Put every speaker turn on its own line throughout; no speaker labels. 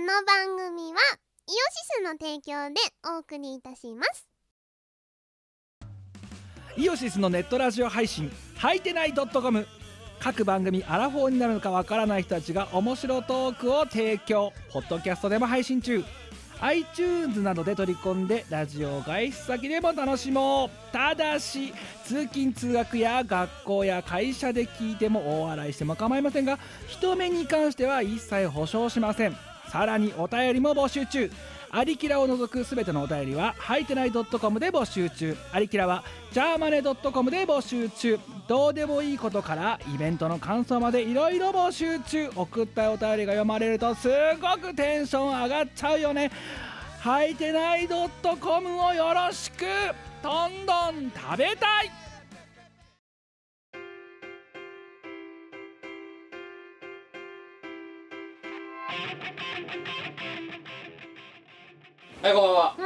の番組はイオシスの提供でお送りいたします。
イオシスのネットラジオ配信はいてない .com、 各番組アラフォーになるのかわからない人たちが面白トークを提供。ポッドキャストでも配信中。 iTunes などで取り込んでラジオ外出先でも楽しもう。ただし通勤通学や学校や会社で聞いても大笑いしても構いませんが、人目に関しては一切保証しません。さらにお便りも募集中。アリキラを除くすべてのお便りははいてない .com で募集中。アリキラはジャーマネ .com で募集中。どうでもいいことからイベントの感想までいろいろ募集中。送ったお便りが読まれるとすごくテンション上がっちゃうよね。はいてない .com をよろしく。どんどん食べたい。
はい、こんばんは。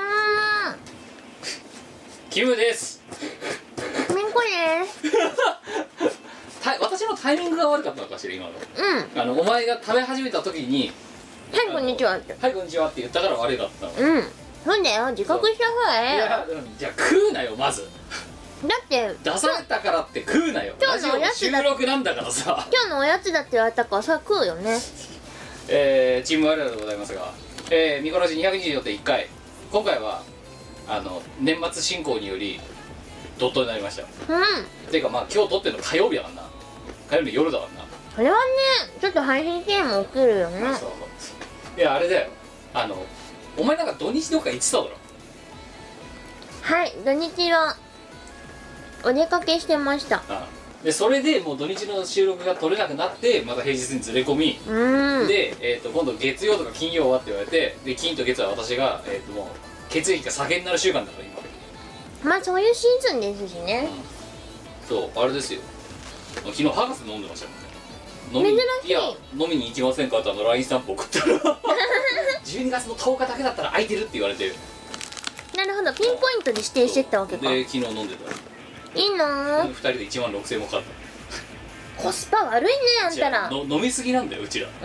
キムです。
みんこです。
私のタイミングが悪かったのかしら、今の。お前が食べ始めた時に
はいこんにちはって。
はいこんにちはって言ったから悪かったの。
そうだよ、自覚した方がええ。
いや、じゃあ食うなよまず。
だって
出されたからって食うなよ。
今日のおやつだ
ラジオの収録なんだからさ。
今日のおやつだって言われたからさ、食うよね。
チーム我らでございますが、ミコラジ 224.1 回、今回は年末進行によりドットになりました。ていうかまあ今日撮ってるの火曜日だからな。火曜日の夜だからな。
これはね、ちょっと配信系も起きるよね。
そう。いや、あれだよ、お前なんか土日どっか行ってただろ。
はい、土日はお出かけしてました。
でそれでもう土日の収録が取れなくなってまた平日にずれ込みで、今度月曜とか金曜はって言われて、で金と月は私が、もう血液が酒になる習慣だから今。
まあそういうシーズンですしね。
そうあれですよ、昨日博士飲んでましたもんね。
珍しい。
いや飲みに行きませんかってLINE スタンプ送ったら12月の10日だけだったら空いてるって言われて。
なるほど、ピンポイントで指定してったわけか。
で昨日飲んでたら
いいな
2人で1万6000円もかかっ
コスパ悪いね、あんたら。
飲みすぎなんだようちら。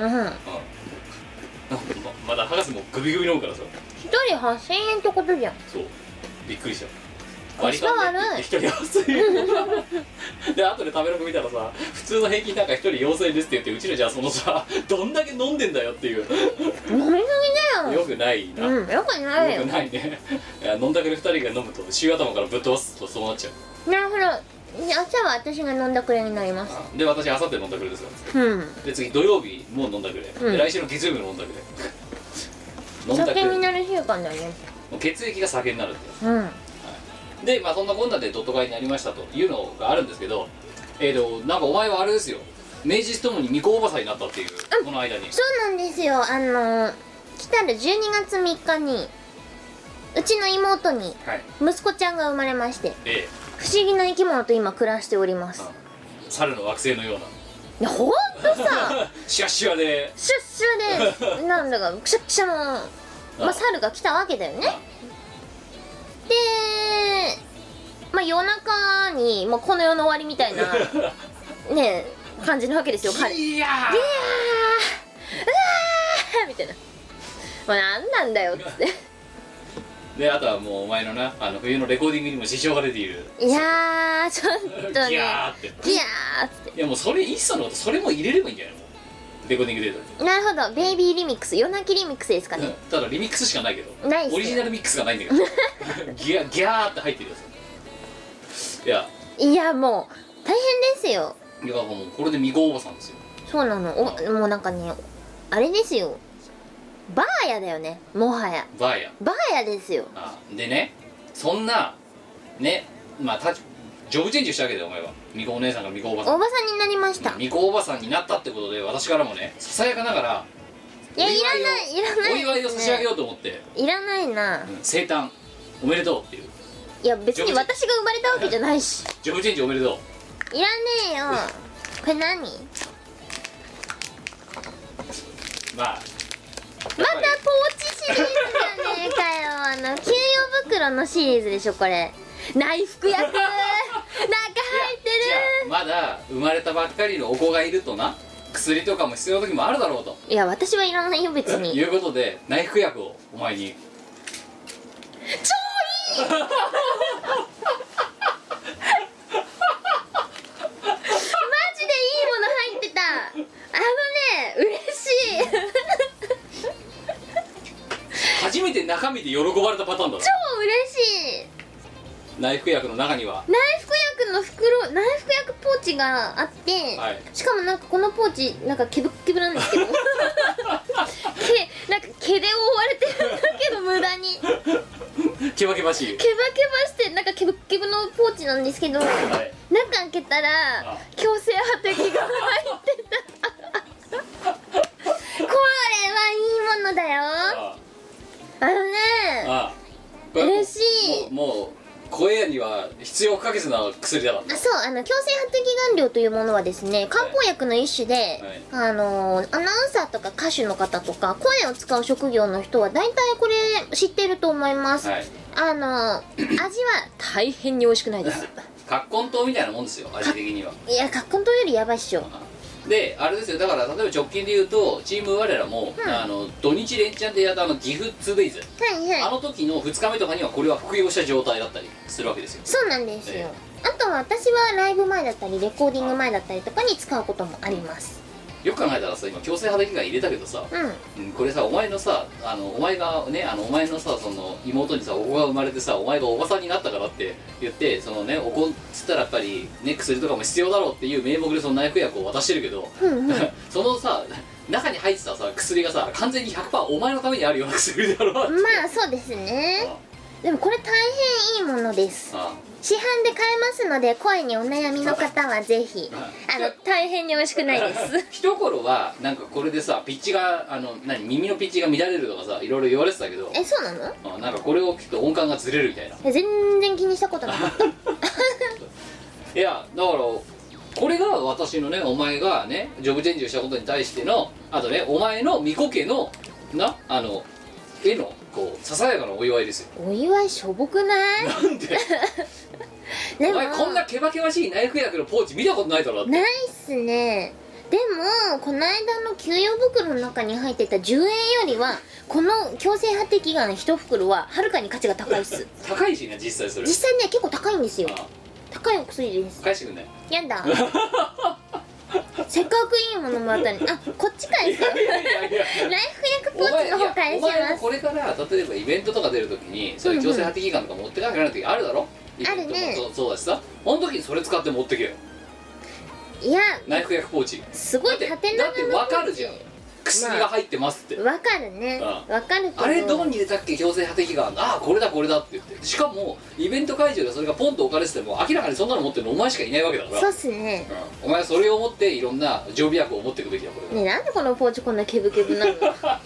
まだ博士もグビグビ飲むからさ。
一人8000円ってことじゃん。
そうびっくりした。
コスパ悪い。
一人8000円で後で食べログ見たらさ、普通の平均なんか一人4000円ですって言って、うちらじゃあそのさどんだけ飲んでんだよっていう。
飲みすぎだよ。
よくないな。
よくないよ。
よくないね。いや飲んだくれ2人が飲むと週頭からぶっ飛ばすとそうなっちゃう。
なるほど。朝は私が飲んだくれになります。
で私明後日飲んだくれですから、で次土曜日もう飲んだくれ、で来週の月曜日も飲んだくれ
酒になる習慣だよね。
血液が酒になるってやつ、でまあそんなこんなでドット会になりましたというのがあるんですけど、なんかお前はあれですよ、明治ともに巫女おばさんになったっていう、この間に。
そうなんですよ。来たる12月3日にうちの妹に息子ちゃんが生まれまして、不思議な生き物と今暮らしております。
猿の惑星のような。
いやほんとさ
シュワシュワで
シュッシュでなんだかくしゃくしゃのまあ猿が来たわけだよね。でまあ夜中に、まあ、この世の終わりみたいなね感じなわけですよ。彼
いやー
みたいな、もうなんなんだよっつって
であとはもうお前のな冬のレコーディングにも支障が出ている。
いやーちょっとね
ギャーって
ギャーっつって。
いやもうそれいっそのことそれも入れればいいんじゃないの、レコーディングデータで。
なるほど、ベイビーリミックス、夜泣きリミックスですかね。
ただリミックスしかないけど、
ないっすよ
オリジナルミックスがないんだけどギャーって入ってるやつ。
いやもう大変ですよ。
いやもうこれで巫女おばさんですよ。
そうなの。もうなんかね、あれですよ、バーヤだよね、もはや
バーヤ
ですよ。
でね、そんなね、まあジョブチェンジしたわけだよお前は。巫女お姉さんが巫女おばさん、
おばさんになりました。
巫女おばさんになったってことで、私からもねささやかながら
いやいらない
お祝いを差し上げようと思って、
いらないな、
生誕おめでとうっていう。
いや別に私が生まれたわけじゃないし
ジョブチェンジおめでとう。
いらねえよこれ何、ま
まあ
たポーチシリーズじゃねえかよ。給与袋のシリーズでしょこれ。内服薬中入ってる。
まだ生まれたばっかりのお子がいるとな、薬薬とかも必要な時もあるだろうと
いや私はいらないよ別に
いうことで内服薬をお前に
超いいマジでいいもの入ってた嬉しい
初めて中身で喜ばれたパターンだろ。
超嬉しい。
内服薬の中には
内服薬の袋、内服薬ポーチがあって、
はい、
しかもなんかこのポーチなんかケブッケブなんですけどなんか毛で覆われてるんだけど無駄に
ケバケバしい
ケバケバしてなんかケブッケブのポーチなんですけど、はい、中開けたら強制破滴が入ってたこれはいいものだよ。嬉しい。
もう声には必要不可欠な薬だから。
そう、強制破滴顔料というものはですね、漢方薬の一種で、アナウンサーとか歌手の方とか声を使う職業の人は大体これ知ってると思います、はい、味は大変に美味しくないです
葛根湯みたいなもんですよ、味的には。
いや、葛根湯よりやばいっしょ。
であれですよ、だから例えば直近で言うとチーム我らも、土日連チャンでやった岐阜 2days、はいはい、あの時の2日目とかにはこれは服用した状態だったりするわけですよ。
そうなんですよ、あとは私はライブ前だったりレコーディング前だったりとかに使うこともあります。
よく考えたらさ、今強制破滴が入れたけどさ、これさ、お前のさ、お前がね、お前のさ、その妹にさ、お子が生まれてさ、お前がおばさんになったからって言って、そのね、お子っつったらやっぱりね、薬とかも必要だろうっていう名目でその内服薬を渡してるけど、そのさ、中に入ってたさ、薬がさ、完全に 100% お前のためにあるような薬だろうって。
まあそうですね。でもこれ大変いいものです。市販で買えますので、声にお悩みの方はぜひ大変に美味しくないです
一頃はなんかこれでさ、ピッチが耳のピッチが乱れるとかさ、いろいろ言われてたけど。
そうなの？
なんかこれを聞くと音感がずれるみたいな。
全然気にしたことなかった
いやだからこれが私のね、お前がねジョブチェンジをしたことに対しての、あとね、お前の巫女家の絵のこうささやかなお祝いですよ。
お祝いしょぼくない？
なんでお前こんなケバケバしい内服薬のポーチ見たことないだろ。
ないっすね。でもこの間の給与袋の中に入ってた10円よりはこの強制破滴が1袋ははるかに価値が高いっす
高いしね、実際それ。
実際ね、結構高いんですよ。高いお薬です。
返してくんない？
やだせっかくいいものもらったのに、こっち返すよ。ライフ薬ポーチの方返します。
お前もこれから例えばイベントとか出るときにそういう強制破滴感とか持ってかなきゃならないときあるだろ。
あるね。
そうだしさ、この時にそれ使って持ってけよ。
いや、
内服薬ポーチ
すごい縦長のポーチ
だって分かるじゃん、薬が入ってますって。
分かるね、分かるけど、
あれどこに入れたっけ、強制破滴感、これだこれだって言って、しかもイベント会場でそれがポンと置かれてても明らかにそんなの持ってるのお前しかいないわけだから。
そうっすね、
お前はそれを持っていろんな常備薬を持っていくべきだ。これ
ね、なんでこのポーチこんなケブケブなの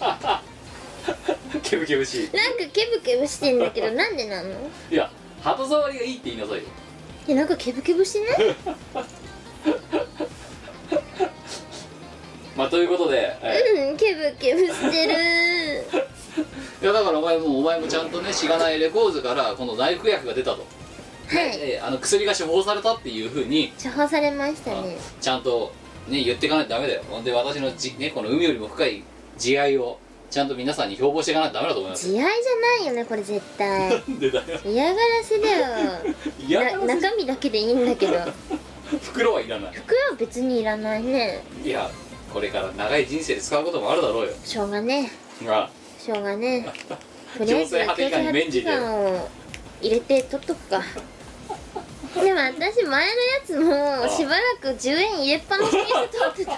ケブケブしい、
なんかケブケブしてんだけどなんでなの？
いや、肌触りがいいって言いなさいよ。
いや、なんかケブケブしてね
まあということで、
ケブケブしてる
いやだからお前もちゃんとね、しがないレコーズからこの内服薬が出たと、はい、薬が処方されたっていうふうに
処方されましたね。
ちゃんとね言っていかないとダメだよ。ほんで私のこの海よりも深い慈愛をちゃんと皆さんに標榜していかないとダメだと思います。
慈愛じゃないよねこれ絶対。
なんでだよ。
嫌がらせだよ中身だけでいいんだけど
袋はいらない。
袋は別にいらないね。
いや、これから長い人生で使うこともあるだろうよ。
しょうがねえ、しょうがねえとりあえず
強制破滴感に免じて
を入れて取っとくかでも私前のやつもしばらく10円入れっぱなしにして取ってた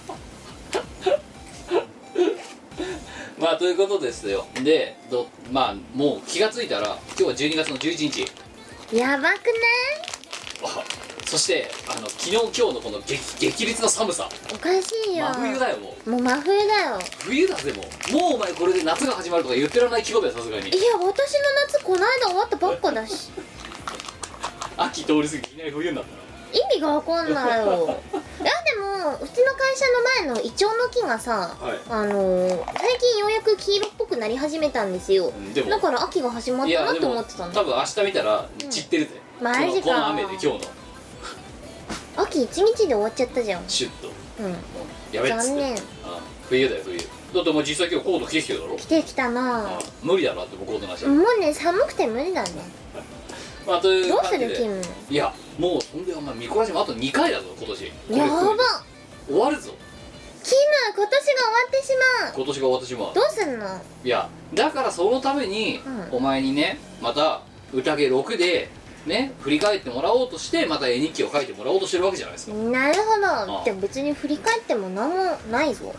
まあということですよ。でまあもう気がついたら今日は12月の11日。
やばくない？
そして昨日今日のこの激烈な寒さ、
おかしいよ。
真冬だよ。
もう真冬だよ。
冬だぜ。もうお前これで夏が始まるとか言ってられない規模だよ、さすがに。
いや、私の夏この間終わったばっかだし
秋通り過ぎいきなり冬になった
意味がわかんないよいやでもうちの会社の前のイチョウの木がさ、最近ようやく黄色っぽくなり始めたんですよ、だから秋が始まったなって思ってたんだ。
多分明日見たら散ってるぜ、
マジか。
この雨で今日の
秋1日で終わっちゃったじゃん。
シュッと。 やべっつって
残念。
冬だよ冬。だってもう実際今日コート着てきてるだろ。
来てきたな。
無理だろってもうコートなしだ。
もうね寒くて無理だね。
まあという
どう
感じで
するキム。
いやもうそんでお前ミコラジもあと2回だぞ今年。
やば。
終わるぞ。
キム今年が終わってしまう。
今年が終わってしまう。
どうすんの。
いやだからそのために、お前にねまた宴6でね振り返ってもらおうとしてまた絵日記を書いてもらおうとしてるわけじゃないですか。
なるほど。でも別に振り返っても何もないぞ。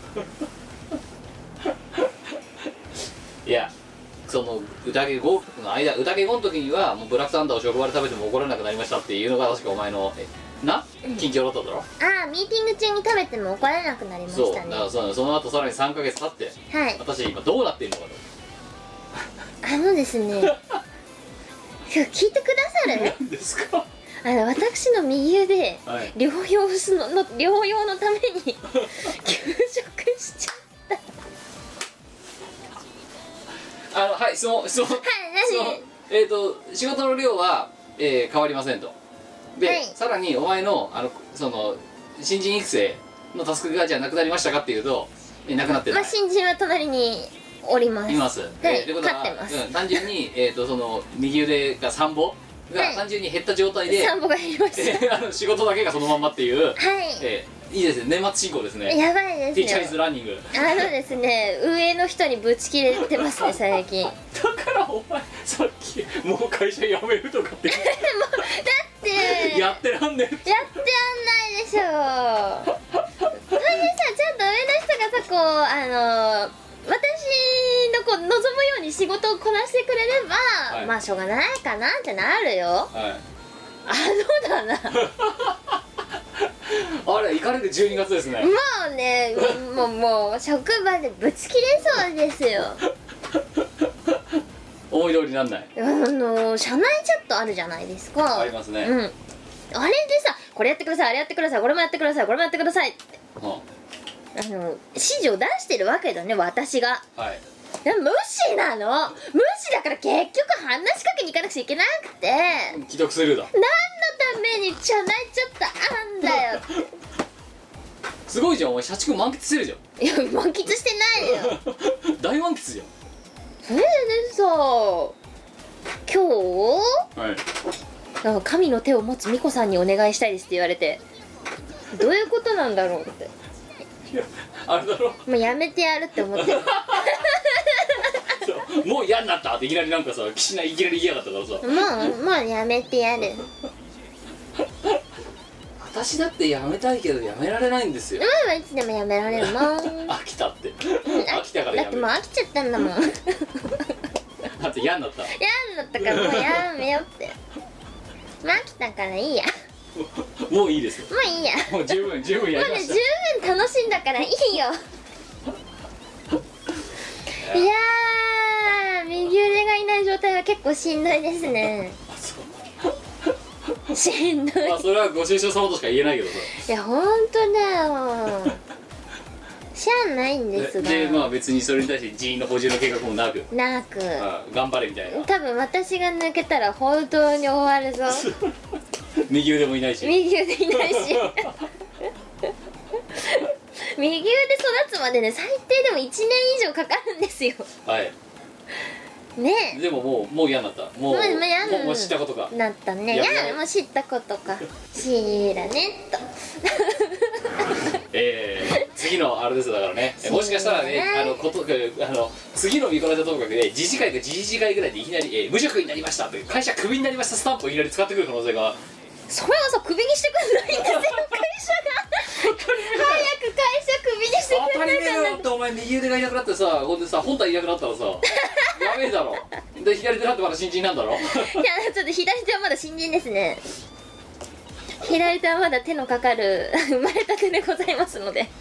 いやその宴5の間宴5の時にはもうブラックサンダーを職場で食べても怒られなくなりましたっていうのが確かお前の近況だっただろ。
ああミーティング中に食べても怒られなくなりま
そう
したね。
だからその後さらに3ヶ月経って
はい。
私今どうなっているのか
ですね今日聞いてくださる。
と。何ですか。
私の右腕、
はい、
療養のために休職しちゃった。
はい質問
はい
仕事の量は、変わりませんと。で、
はい
さらにお前のその新人育成のタスクがじゃあなくなりましたかっていうと、なくなってない。
新人は隣におります。
います。
はい
ということは
飼ってます
単純にその右腕が3本
はい
が単純に減った状態で、
散歩が減りました。
仕事だけがそのまんまっていう、
はい、
いいですね年末進行ですね。
やばいですよ。
ティーチャーイズランニング。
ですね上の人にぶち切れてますね最近。だ
だからお前さっきもう会社辞めるとかって
って
やってらんねえって
やってやんないでしょ。それでさちゃんと上の人がさこう私のこう望むように仕事をこなしてくれれば、
はい、
まあしょうがないかなってなるよ。
はい、
だな
あれ行かれる12月ですね。
もうねもう職場でぶち切れそうですよ。
思い通りになんない。
社内チャットあるじゃないですか。
ありますね。
あれでさこれやってくださいあれやってくださいこれもやってくださいこれもやってくださいって、指示を出してるわけだね私が。
はい。
でも無視なの。無視だから結局話しかけに行かなくちゃいけなくて、
既読スルーだ。
何のために社内チャットあんだよって
すごいじゃんお前社畜満喫してるじゃん。
いや満喫してないよ
大満喫じゃん。
それでさ今日
はい。
なんか神の手を持つミコさんにお願いしたいですって言われて、どういうことなんだろうって。
いやあれだろ、
もうやめてやるって思って
そうもう嫌になったっていきなりなんかさいきなり言いやがったからさ
もうやめてやる。
私だってやめたいけどやめられないんですよ。
いつでもやめられるもん
飽きたって飽きたからやめる。
だってもう飽きちゃったんだもん
だって嫌になった。
嫌になったからもうやめようってもう飽きたからいいや
もういいですよ。
もういいや
もう十分やりました。
もうね十分楽しんだからいいよいやー右腕がいない状態は結構しんどいですね。しんどい。
まあそれはご愁傷様としか言えないけどさ。
いやほんとだよしゃあないんですが。
でまあ別にそれに対して人員の補充の計画もなく頑張れみたいな。
多分私が抜けたら本当に終わるぞ
右腕もいないし
右腕いないし右腕育つまでね最低でも1年以上かかるんですよ。
はい
ね
でももう嫌になった。もう知ったことか
なったね。いやもう知ったことか知らねっと
次のあれですだからね、もしかしたらね次のミコラジャトークで自治会か自治会ぐらいでいきなり、無職になりましたって会社クビになりましたスタンプをいきなり使ってくる可能性が。
それはさクビにしてくんないんですよ会社が早く会社クビにしてくんないかな。
当たり前だよってお前右腕がいなくなってさほんでさ本体いなくなったらさやべえだろで左手だってまだ新人なんだろいや
ちょっと左手はまだ新人ですね。左手はまだ手のかかる生まれたてでございますので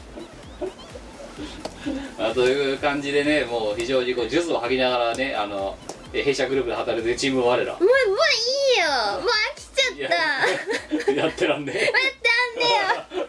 という感じでねもう非常にこうジュースを吐きながらね弊社グループで働いてるチーム我らもう
いいよもう飽きちゃった
やってらんねえ
やってらんね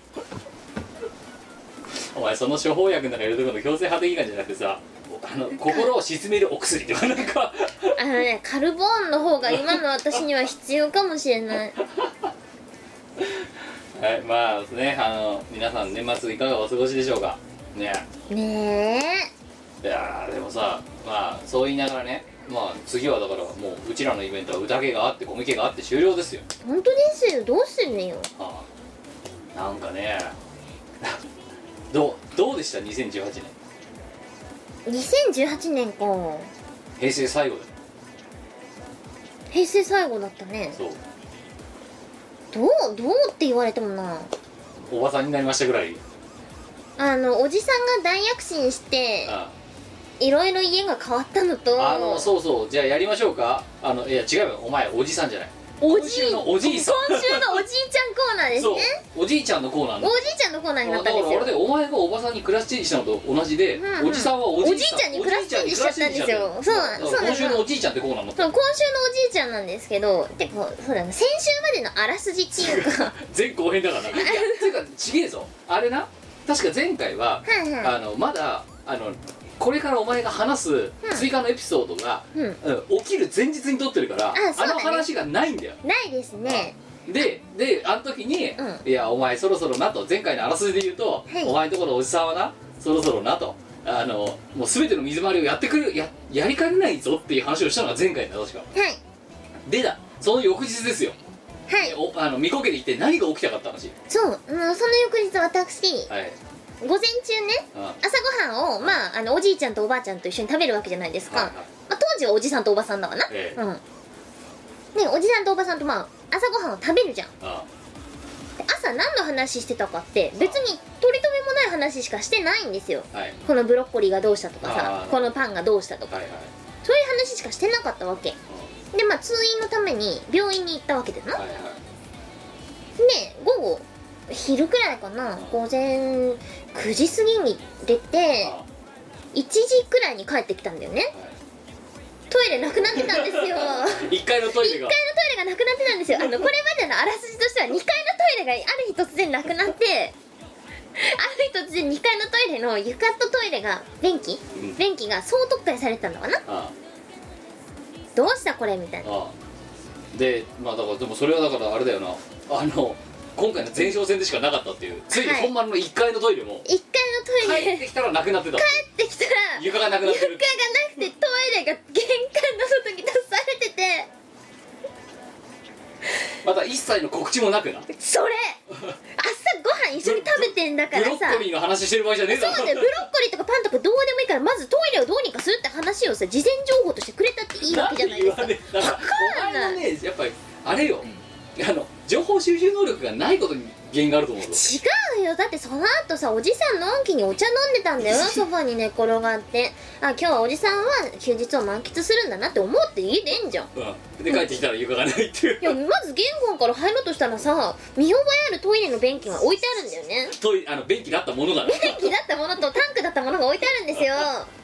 お前その処方薬の中入れとくの強制破適感じゃなくてさ心を鎮めるお薬とかなんか
ねカルボーンの方が今の私には必要かもしれない
はい、まあですね、皆さん年末いかがお過ごしでしょうかね。
ね
いやでもさ、まあそう言いながらね、まあ次はだからもううちらのイベントは宴があってコミケがあって終了ですよ。
え、本当ですよ。どうすんのよ。
なんかねどうでした2018年。
2018年か。
平成最後だよ。
平成最後だったね。
そう、
どうって言われてもな。
おばさんになりましたぐらい。
おじさんが大躍進していろいろ家が変わったのと、
そうそう、じゃあやりましょうか。いや違うよ、お前おじさんじゃない、
今
週のおじいさん。
今週のおじいちゃんコーナーですね。
そう、おじいちゃんのコーナーの
おじいちゃんのコーナーになったんですよ。
だからあれでお前がおばさんにクラスチェンジしたのと同じで、
うんうん、
おじさんはおじいちゃん
にクラスチェンジしちゃったんですよ。そうなんです。
今週のおじいちゃんってコーナーの。
そう、今週のおじいちゃんなんですけど、でもそうだね、先週までのあらすじっていうか
前後編だからな。いやていうかちげえぞ、あれな、確か前回は
はいはい、
まだこれからお前が話す追加のエピソードが、起きる前日に撮ってるから、
そうだね、
話がないんだよ。
ないですね。
であの時に、いやお前そろそろなと、前回のあらすじで言うと、
はい、
お前のところのおじさんはなそろそろなと、もう全ての水回りをやりかねないぞっていう話をしたのが前回だ確か。
はい
でだ、その翌日ですよ。
はい、
みこけで一体何が起きたかった話。
そう、その翌日私、
はい、
午前中ね、朝ごはんを、まあ、おじいちゃんとおばあちゃんと一緒に食べるわけじゃないですか、
はいはい、
まあ、当時はおじさんとおばさんだわな、でおじさんとおばさんと、まあ、朝ごはんを食べるじゃん。で朝何の話してたかって別に取り留めもない話しかしてないんですよ、このブロッコリーがどうしたとかさ、このパンがどうしたとか、そういう話しかしてなかったわけで、まあ通院のために病院に行ったわけだな、で午後昼くらいかな、午前9時過ぎに出て1時くらいに帰ってきたんだよね。トイレなくなってたんですよ
1階のトイレが
なくなってたんですよ。これまでのあらすじとしては2階のトイレがある日突然なくなって、ある日突然2階のトイレの床とトイレが便器が総特化されてたのかな。どうしたこれみたいな。
でまあだからでもそれはだからあれだよな、今回の前哨戦でしかなかったっていう、ついに本番の1階のトイレも、
1階のトイレ
帰ってきたらなくなってた。
帰ってきたら
床がなくなってる。
床がなくてトイレが玄関の外に出されてて、
また一切の告知もなくな。
それ朝ごはん一緒に食べてんだからさ、
ブロッコリーの話してる場合じゃねえだろ。
そうだよ、ブロッコリーとかパンとかどうでもいいから、まずトイレをどうにかするって話をさ、事前情報としてくれたっていいわけじゃないですか。
だからお前のね、やっぱりあれよ、情報収集能力がないことに原因があると思うぞ。
違うよ、だってその後さ、おじさんのんきにお茶飲んでたんだよソファに寝転がって。あ、今日はおじさんは休日を満喫するんだなって思って家出んじゃん、
で帰ってきたら床がないっていう。
いや、まず玄関から入ろうとしたらさ、見覚えあるトイレの便器が置いてあるんだよね。
便器だったものがね、
便器だったものとタンクだったものが置いてあるんですよ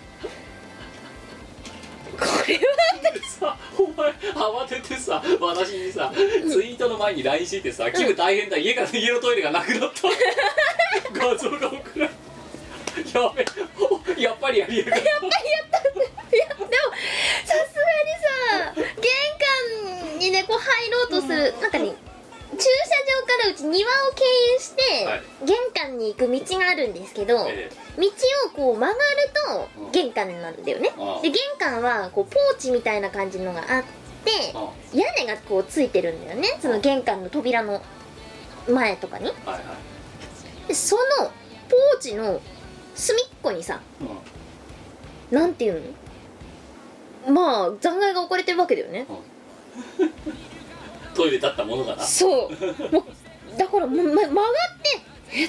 これは
さ、お前慌ててさ、私にさツイートの前に LINE しててさ、キム大変だ、家のトイレがなくなった画像が送られやべ、やっぱりやりやがった。
やっぱりやったんだ。いやでもさすがにさ、玄関にねこう入ろうとする、なんかね、駐車場からうち庭を経由して、玄関に行く道があるんですけど、道をこう曲がると玄関になるんだよね。で玄関はこうポーチみたいな感じのがあって、屋根がこうついてるんだよね、その玄関の扉の前とかに。でそのポーチの隅っこにさ、なんていうの、まあ残骸が置かれてるわけだよね、
トイレだったものがな。
そうもうだからもう、曲がって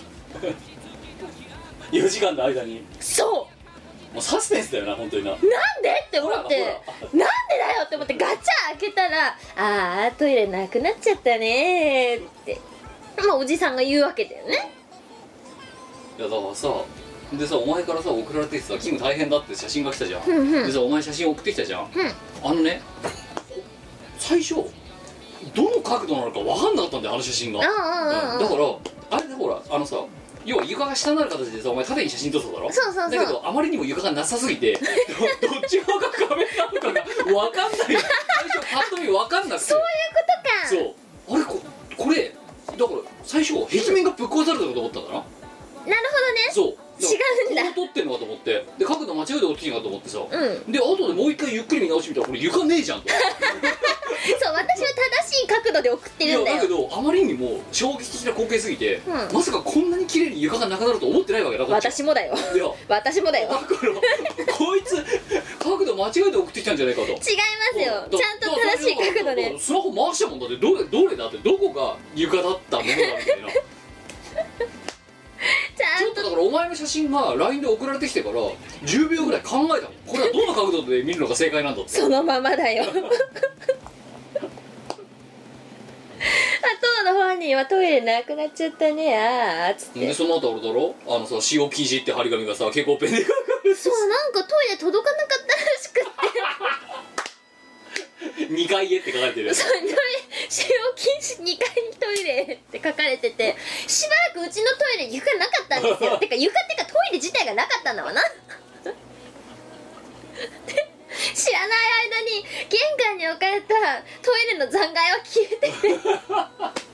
4時間の間に。
そう
もうサスペンスだよな本当にな。
なんでって思って、なんでだよって思ってガチャ開けたら、あートイレなくなっちゃったねーって、まあおじさんが言うわけだよね。
いやだからさ、でさ、お前からさ送られてさ、キム大変だって写真が来たじゃん、でさ、お前写真送ってきたじゃん、最初どの角度なのか分かんなかったんだよ、あの写真が。だからあれでほら、さ、要は床が下になる形でさ、お前縦に写真撮っただろ。
そう
だけどあまりにも床がなさすぎてどっち側が壁なのかが分かんない。最初パッと見分かんなくて。
そういうことか。
そう、あれこれだから最初壁で後でもう一回ゆっくり見直してみたらこれ床ねえじゃんと
そう私は正しい角度で送ってるんだよ。
いやだけどあまりにも衝撃的な光景すぎて、まさかこんなに綺麗に床がなくなると思ってないわけだから
私もだよ。
いや
私もだよ。
だからこいつ角度間違えて送ってきたんじゃないかと。違い
ますよ。ちゃんと正しい角度で。
スマホ回したもんだって、どれだってどこが床だったものだみたいなちょっとだからお前の写真が LINE で送られてきてから10秒ぐらい考えたの。これはどの角度で見るのが正解なんだって。
そのままだよ。当の本人はトイレなくなっちゃったねあーっつって。
でその後あれだろ、さ使用禁止って張り紙がさ結構ペンで書かれてさ、
そうなんかトイレ届かなかったらしくって
2階へって書かれてるやつ。
そう使用禁止2階にトイレって書かれてて、しばらくうちのトイレ床なかったんですよ。てか床ってかトイレ自体がなかったんだわな知らない間に玄関に置かれたトイレの残骸は消えてて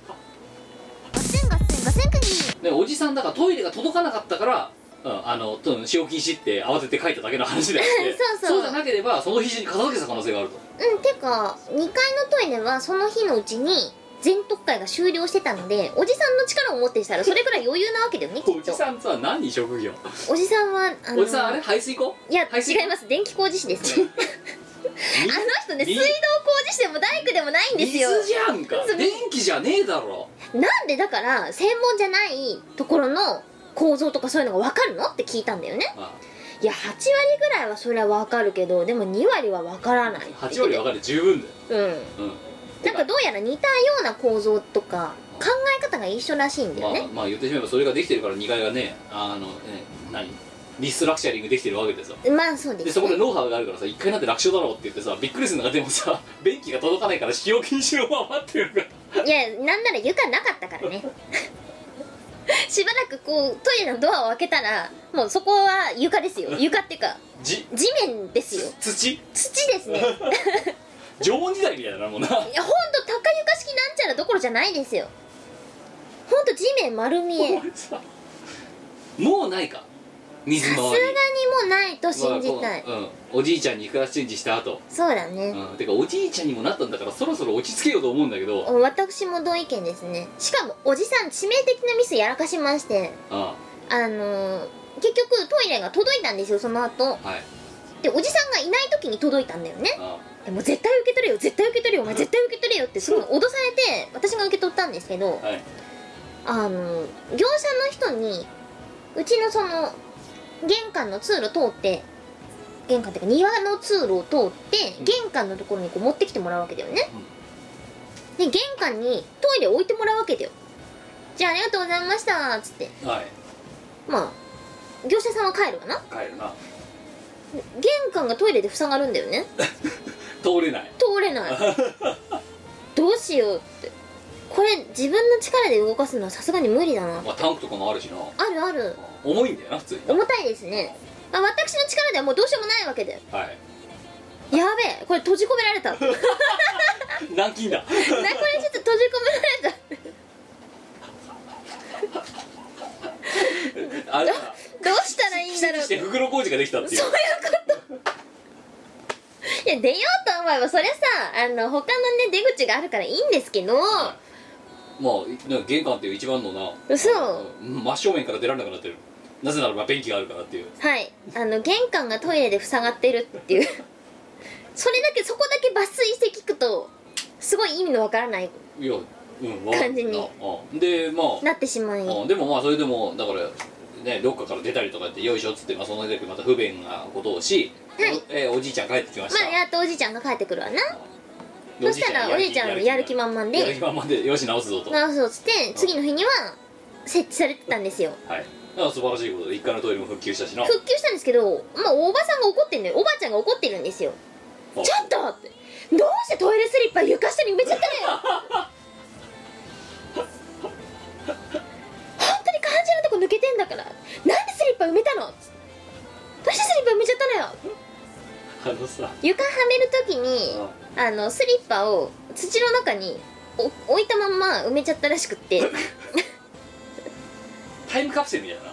でおじさんだからトイレが届かなかったから使用禁止って慌てて書いただけの話であってそうじゃなければその日中に片付けた可能性があると。
てか2階のトイレはその日のうちに全特会が終了してたので、おじさんの力を持ってしたらそれくらい余裕なわけだよねきっと。
おじさんとは何職業？
おじさんは
おじさんあれ排水溝？
いや違います、電気工事士ですねあの人ね水道工事士でも大工でもないんですよ。
水じゃんか、電気じゃねえだろ。
なんでだから専門じゃないところの構造とかそういうのが分かるのって聞いたんだよね。いや8割ぐらいはそれは分かるけどでも2割は分からないって言ってて。
8割分かる十分だよ。
なんかどうやら似たような構造とか考え方が一緒らしいんだよね。
まあ言ってしまえばそれができてるから2階がねリストラクチャリングできてるわけでさ。
まあそうですね。
でそこでノウハウがあるからさ1階なんて楽勝だろうって言ってさびっくりするのがでもさ便器が届かないから使用禁止のまま待ってるから
いやなんなら床なかったからねしばらくこうトイレのドアを開けたらもうそこは床ですよ。床っていうか地面ですよ。土ですね
縄文時代みたいだなもうな。いや
ほんと高床式なんちゃらどころじゃないですよ。ほんと地面丸見え。
もうないか水回り。さす
がにもうないと信じたい。
おじいちゃんにクラスチェンジした後。
そうだね。
てかおじいちゃんにもなったんだからそろそろ落ち着けようと思うんだけど。
私も同意見ですね。しかもおじさん致命的なミスやらかしまして、結局トイレが届いたんですよその後。でおじさんがいない時に届いたんだよね。でも絶対受け取れよ絶対受け取れよお前絶対受け取れよってすごい脅されて私が受け取ったんですけど、業者の人にうちのその玄関の通路通って玄関っていうか庭の通路を通って玄関のところにこう持ってきてもらうわけだよね。で玄関にトイレ置いてもらうわけだよ。じゃあありがとうございましたっつって、まあ業者さんは帰るわな。
帰るな。
玄関がトイレで塞がるんだよね
通れない
どうしようって。これ自分の力で動かすのはさすがに無理だな。
まあタンクとかもあるしな。
あるある。
重いんだよな普通に。
重たいですね。私の力ではもうどうしようもないわけだよ。やべえこれ閉じ込められた
軟禁だ
これちょっと閉じ込められた
あれ
どうしたらいいんだろう。
して袋小路ができたっていう。
そういうこといや出ようと思えばそりゃさ他のね出口があるからいいんですけど、
まあ玄関っていう一番のな真正面から出られなくなってる。なぜならば便器があるからっていう。
はい玄関がトイレで塞がってるっていうそれだけそこだけ抜粋して聞くとすごい意味のわからない感じに
で
なってしまい、
でもまあそれでもだからねどっかから出たりとかってよいしょっつってその時また不便なことをし、おじいちゃん帰ってきました。
やっとおじいちゃんが帰ってくるわな。そしたらおじいちゃんのやる気満々で
よし直すぞと
っつって次の日には設置されてたんですよ。
だから素晴らしいことで一階のトイレも復旧したしな。
復旧したんですけどおばさんが怒ってんのよ。おばあちゃんが怒ってるんですよ。ちょっとってどうしてトイレスリッパ床下に埋めちゃったのよ本当に肝心なとこ抜けてんだからなんでスリッパ埋めたの。どうしてスリッパ埋めちゃったのよ。床はめるときにスリッパを土の中に置いたまんま埋めちゃったらしくって
タイムカプセルみたいな。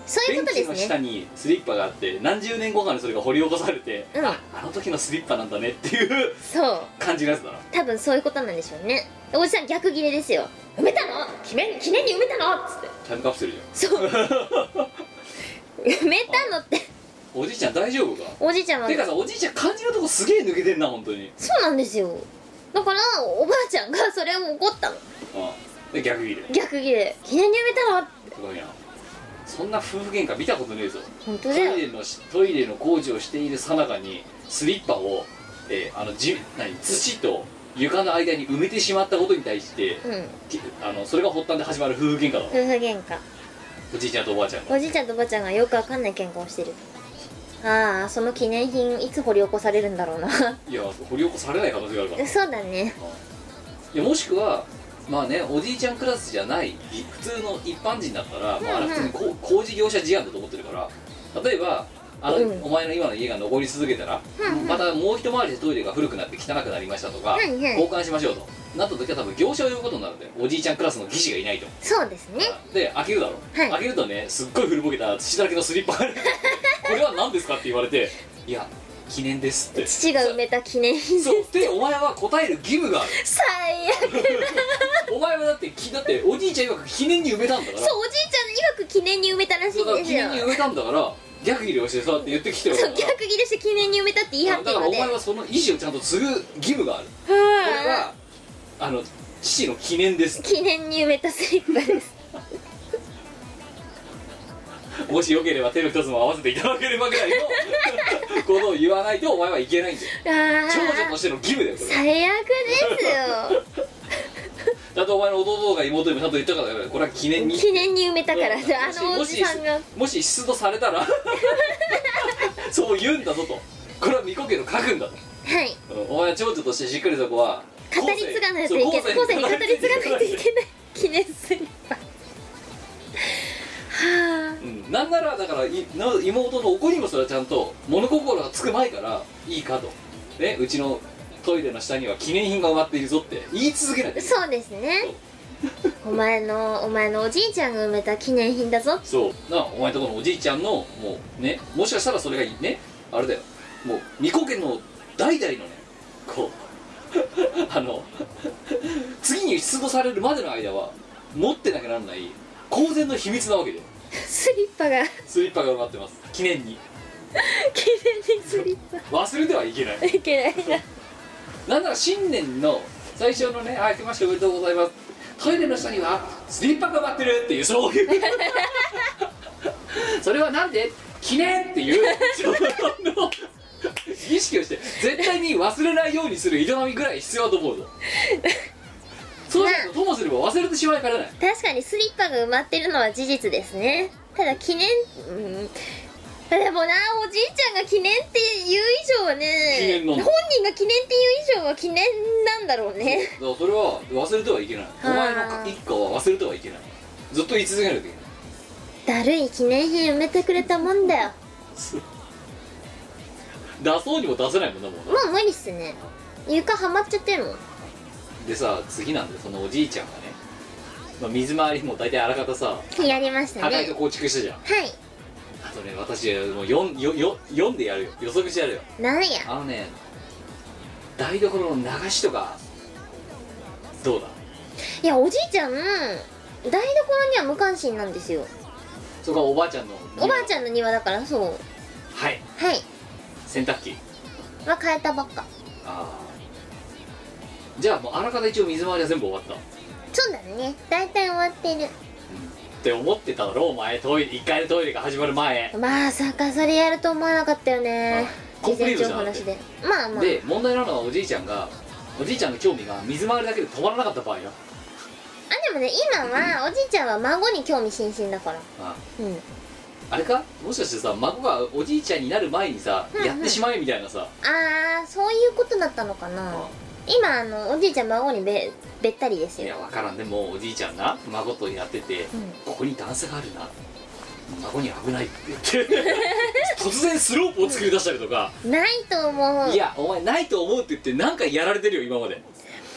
そういうことですね。
ベンチの下にスリッパがあって何十年後かにそれが掘り起こされて、
うん、
あの時のスリッパなんだねっていう
そう
感じのやつだな。
多分そういうことなんでしょうね。おじさん逆ギレですよ。埋めたの？記念に埋めたのっつって。
タイムカプセルじゃん。
そう埋めたのって。
おじいちゃん大丈夫か？
おじいちゃんは
てかさ、おじいちゃん感じのとこすげえ抜けてんな本当に。
そうなんですよ。だからおばあちゃんがそれを怒ったの。
で逆ギレ。
逆ギレ。記念に埋めたのって。
すごいな。そんな夫婦喧嘩見たことねえぞ。
本当だよ。
トイレの工事をしている最中にスリッパを、土と床の間に埋めてしまったことに対して、それが発端で始まる夫婦喧嘩だわ。
夫婦喧嘩。
おじいちゃんとおばあちゃんが。
おじいちゃんとおばあちゃんがよくわかんない喧嘩をしてる。ああ、その記念品いつ掘り起こされるんだろうな。
いや、掘り起こされない可能性があるから
そうだね。
いや、もしくはまあね、おじいちゃんクラスじゃない普通の一般人だったら、あれ普通に工事業者事案だと思ってるから、例えばお前の今の家が残り続けたら、またもう一回りでトイレが古くなって汚くなりましたとか、交換しましょうとなった時は多分業者を呼ぶことになるんで、おじいちゃんクラスの技師がいないと。
そうですね。
で開けるだろ、開けるとね、すっごい古ぼけた土だらけのスリッパがあるこれは何ですかって言われて、いや記念ですって。
父が埋めた記念品です。
そうで、お前は答える義務がある。
最悪
お前はだっておじいちゃん曰く記念に埋めたんだから。
そう、おじいちゃん曰く記念に埋めたらしいんですよ。
記念に埋めたんだから逆ギレをしてそうやって言ってきてるから。
そう、逆ギレして記念に埋めたって言い張ってるので、
だからお前はその意思をちゃんと継ぐ義務がある。これは父の記念です。
記念に埋めたスリッパです
もしよければ手の一つも合わせていただければぐらいのことを言わないとお前はいけないんだよ。長女としての義務だよこれ。
最悪ですよ
だとお前の弟とか妹にもちゃんと言ったから、これは記念に
埋めたから、おじさんが
もし出土されたらそう言うんだぞと、これは巫女家の家訓だと。
はい、
お前は長女としてしっかりそこは
語り継がないといけない、後世に語り継がないといけない記念スリッパはあ、
なんならだから妹のお子にもそれはちゃんと物心がつく前からいいかと、ね、うちのトイレの下には記念品が埋まっているぞって言い続けないといけない。
そうですねお前のおじいちゃんが埋めた記念品だぞ。
そうな、お前とこのおじいちゃんのもうね、もしかしたらそれがね、あれだよ、もう巫女家の代々のね、こう次に出土されるまでの間は持ってなきゃならない公然の秘密なわけで
スリッパが
埋まってます。記念に
記念にスリッパ
忘れてはいけない
いけないな。
なんなら新年の最初のね、明けましておめでとうございます、トイレの下にはスリッパが埋まってるっていう、そういうそれはなんで記念っていう意識をして絶対に忘れないようにする営みぐらい必要だと思うぞそうするとともすれば忘れてしまいかねない。
確かにスリッパが埋まってるのは事実ですね。ただ記念、でもな、おじいちゃんが記念って言う以上はね、本人が記念って言う以上は記念なんだろうね。
だからそれは忘れてはいけない。お前の一家は忘れてはいけない。ずっと言い続けないといけない。
だるい記念品埋めてくれたもんだよ。
出そうにも出せないもんな、もう。
もう無理っすね。床はまっちゃってるもん。
でさ、次なんでそのおじいちゃんがね、水回りも大体あらかたさ、
やりましたね。
高いと構築したじゃん。
はい。
あとね、私もう読んでやるよ、予測してやるよ。
なんや。
台所の流しとかどうだ。
いや、おじいちゃん台所には無関心なんですよ。
そこはおばあちゃんの
庭だから。そう。
はい
はい。
洗濯機
は変えたばっか。
ああ、じゃあもうあらかた一応水回りは全部終わった。
そうだね、大体終わってる、
って思ってただろお前。1階のトイレが始まる前。
まさかそれやると思わなかったよね。
コンプリートじゃん。
話でまあまあ
で、問題なのはおじいちゃんの興味が水回りだけで止まらなかった場合よ。
でもね、今はおじいちゃんは孫に興味津々だから。
あれか、もしかしてさ、孫がおじいちゃんになる前にさ、やってしまえみたいなさ。
そういうことだったのかな。今おじいちゃん孫にべったりですよ。
いや、分からん。でもおじいちゃんな、孫とやってて、ここに段差があるな、孫に危ないって言って突然スロープを作り出したりとか。
ないと思う。
いや、お前ないと思うって言って何回やられてるよ今まで。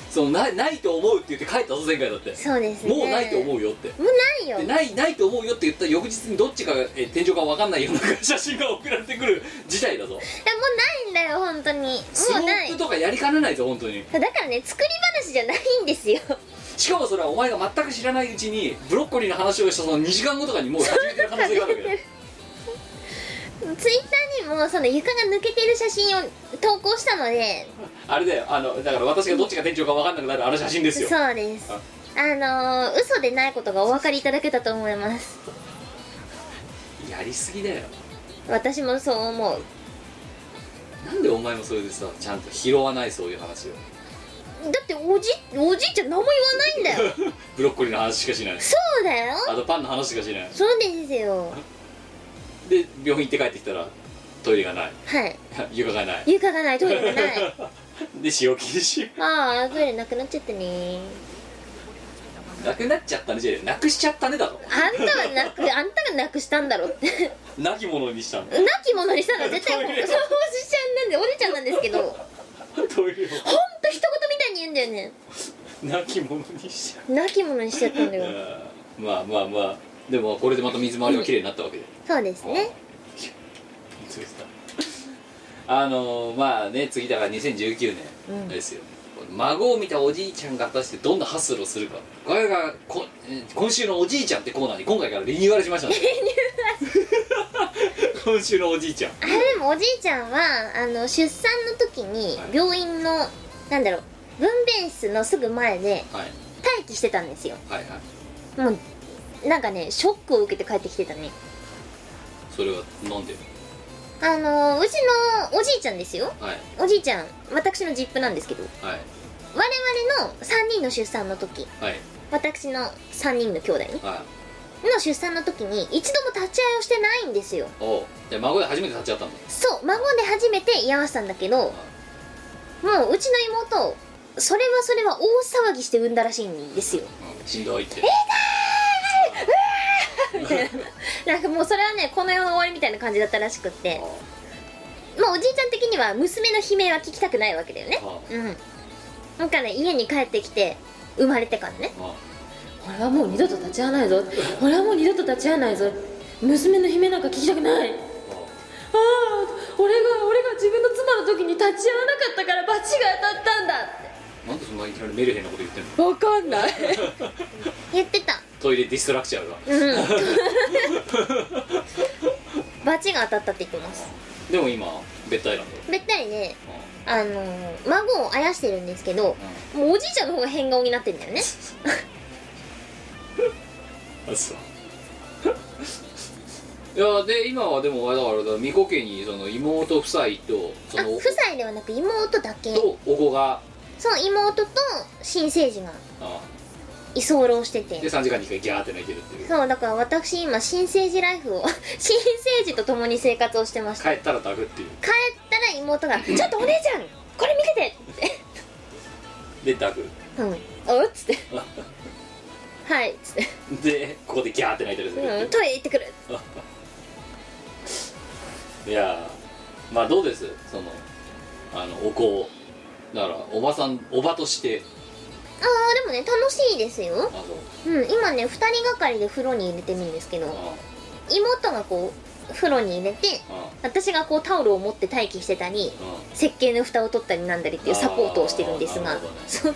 そのないと思うって言って帰ったぞ前回だって。
そうですね。
もうないと思うよって。
もうないよ。
でないと思うよって言ったら翌日にどっちか天井か分かんないような写真が送られてくる事態だぞ。
もうないんだよ本当に。もうない。
スロープとかやりかねないぞ本当に。
だからね、作り話じゃないんですよ。
しかもそれはお前が全く知らないうちにブロッコリーの話をしたその2時間後とかにもう始めてる可能性があるわけだよ。
ツイッターにもその床が抜けてる写真を投稿したので、
あれだよ、だから私がどっちが店長か分かんなくなるあの写真ですよ。
そうです。嘘でないことがお分かりいただけたと思います。
やりすぎだよ。
私もそう思う。
なんでお前もそれでさちゃんと拾わないそういう話を。
だっておじいちゃん何も言わないんだよ。
ブロッコリーの話しかしない。
そうだよ。
あとパンの話しかしない。
そうですよ。
で病院行って帰ってきたらトイレがない。
はい。
床がない。
床がない、トイレがない。
で使用禁止。
ああ、トイレなくなっちゃったね。
なくなっちゃったねじゃねえ、なくしちゃったねだろ。
あんたがなくしたんだろって。
なきものにしたんだ。
なきものにしたのは絶対そうおじちゃんなんで、おじちゃんなんですけど、
トイレを
ほんと一言みたいに言うんだよね。
なきものにしちゃう。
なきものにしちゃったんだよ。
まあでもこれでまた水回りがきれいになったわけで。
そうですね。
まあね、次だから2019年ですよ、孫を見たおじいちゃんが果たしてどんなハッスルをするか。これが今週のおじいちゃんってコーナーに今回からリニューアルしましたね。今週のおじいちゃん。
あれでもおじいちゃんは出産の時に病院の、なんだろう、分娩室のすぐ前で待機してたんですよ。
はいはい。
もうなんかね、ショックを受けて帰ってきてたね。
それはなんで？
うちのおじいちゃんですよ、
はい、
おじいちゃん、私のジップなんですけど、
はい、
我々の3人の出産の時、
はい、
私の3人の兄弟ね、
はい、
の出産の時に一度も立ち会いをしてないんですよ。
おう、じゃあ孫で初めて立ち会ったんだ。
そう、孫で初めて居合わせたんだけど、もううちの妹、それは大騒ぎして産んだらしいんですよ。
しんどいって。
みたいな。なんかもうそれはね、この世の終わりみたいな感じだったらしくって、まあおじいちゃん的には娘の悲鳴は聞きたくないわけだよね。なんかね、家に帰ってきて生まれてからね、俺はもう二度と立ち会わないぞ、俺はもう二度と立ち会わないぞ、娘の悲鳴なんか聞きたくない、ああ、俺が自分の妻の時に立ち会わなかったから罰が当たったんだって。
なんでそんないきなりメルヘンなこと言ってんの？
わかんない言ってた。
トイレディストラクチャーが
罰が当たったって言ってます。
でも今べったりなんだよ。
べったりで、孫をあやしてるんですけど、もうおじいちゃんの方が変顔になってるんだよね。
あ、そういやで今はでもだから巫女家にその妹夫妻とその
夫妻ではなく妹だけ
とお子が、
そう、妹と新生児が居候してて、
で3時間に1回ギャーって泣いてるっていう。
そうだから私今新生児ライフを新生児と共に生活をしてました。
帰ったら抱くっていう。
帰ったら妹が「ちょっとお姉ちゃんこれ見てて!」って
で抱く。
おっつってはいっつって
でここでギャーって泣いてるんですよ、
トイレ行ってくる
いやまあどうですそのお子だからおばさんおばとして。
ああでもね楽しいですよ。今ね2人がかりで風呂に入れてるんですけど、妹がこう風呂に入れて、私がこうタオルを持って待機してたり、石鹸の蓋を取ったりなんだりっていうサポートをしてるんですが、そう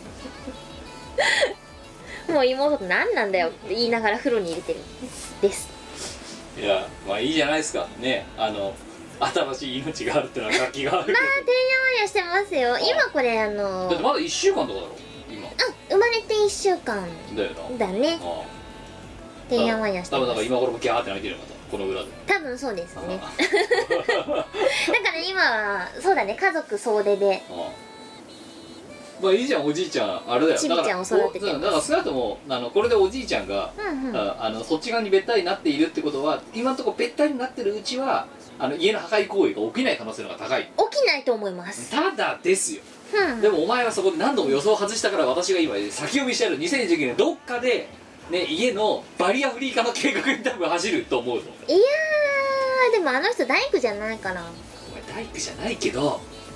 そうもう妹と何なんだよって言いながら風呂に入れてるんです。
いやまあいいじゃないですかね。新しい命があるってのは活気がある。
まあてんやわんやしてますよ。今これ
だってまだ1週間とかだろ今。
生まれて1週間
だよな。
だね。てんやわんやしてます。
多分だから今頃もギャーって泣いてるのかとこの裏で。
多分そうですね。だから今はそうだね、家族総出で。
まあいいじゃんおじいちゃんあれだよ。
ちびちゃんを育ててます。
だから少なくともこれでおじいちゃんが、そっち側にべったりになっているってことは今のところべったりになってるうちは家の破壊行為が起きない可能性の方が高い。
起きないと思います。
ただですよ、でもお前はそこで何度も予想を外したから私が今先読みしてある2019年どっかで、ね、家のバリアフリー化の計画に多分走ると思うぞ。
いやーでもあの人大工じゃないから。
お前大工じゃないけど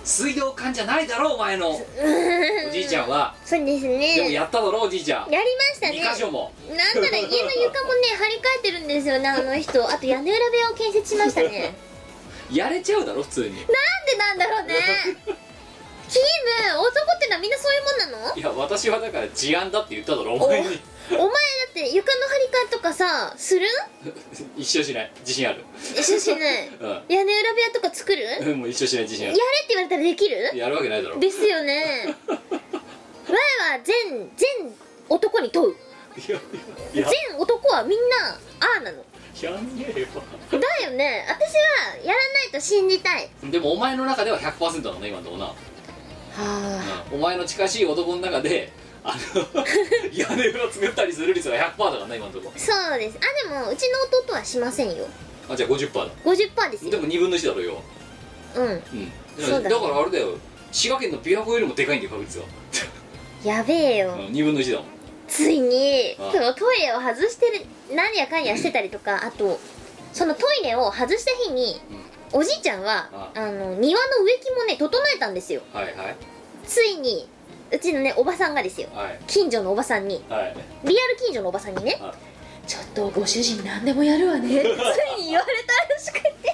水道管じゃないだろお前のおじいちゃんは。
そうですね。
でもやっただろおじいちゃん。
やりましたね。
2箇所も。
なんなら家の床もね張り替えてるんですよね、あの人。あと屋根裏部屋を建設しましたね。
やれちゃうだろ普通に。
なんでなんだろうね。キム、男ってのはみんなそういうもんなの？
いや私はだから事案だって言っただろお前に。
お前だって床の張り替えとかさする？
一生しない。自信ある。
一緒しない。
うん
屋根裏部屋とか作る？やれっ
もう一生しない自信あ
て
る。
言われたらできる？
やるわけないだろ。
ですよね。我は全男に問う。
いやいや
全男はみんなああなの。
やんねえよ。
だよね。私はやらないと信じたい。
でもお前の中では 100% なのね今のとこな。
はあ。
お前の近しい男の中で屋根裏作ったりする率が 100% だからね今のとこ。
そうです。あ、でもうちの弟はしませんよ。
あ、じゃあ 50% だ。
50% ですよ。
でも2分の1だろよ。
うん。
うん。
そうだね
だからあれだよ、滋賀県の琵琶湖よりもでかいんだよ確率が。
やべえよ。
2分の1だもん。
ついに
ああ
そのトイレを外してる何やかんやしてたりとか、あとそのトイレを外した日に、おじいちゃんは
あ
庭の植木もね整えたんですよ。
はいはい
ついにうちのねおばさんがですよ、
はい
近所のおばさんに、
はい。
リアル近所のおばさんにね、
あ
ちょっとご主人何でもやるわねってついに言われたらしくて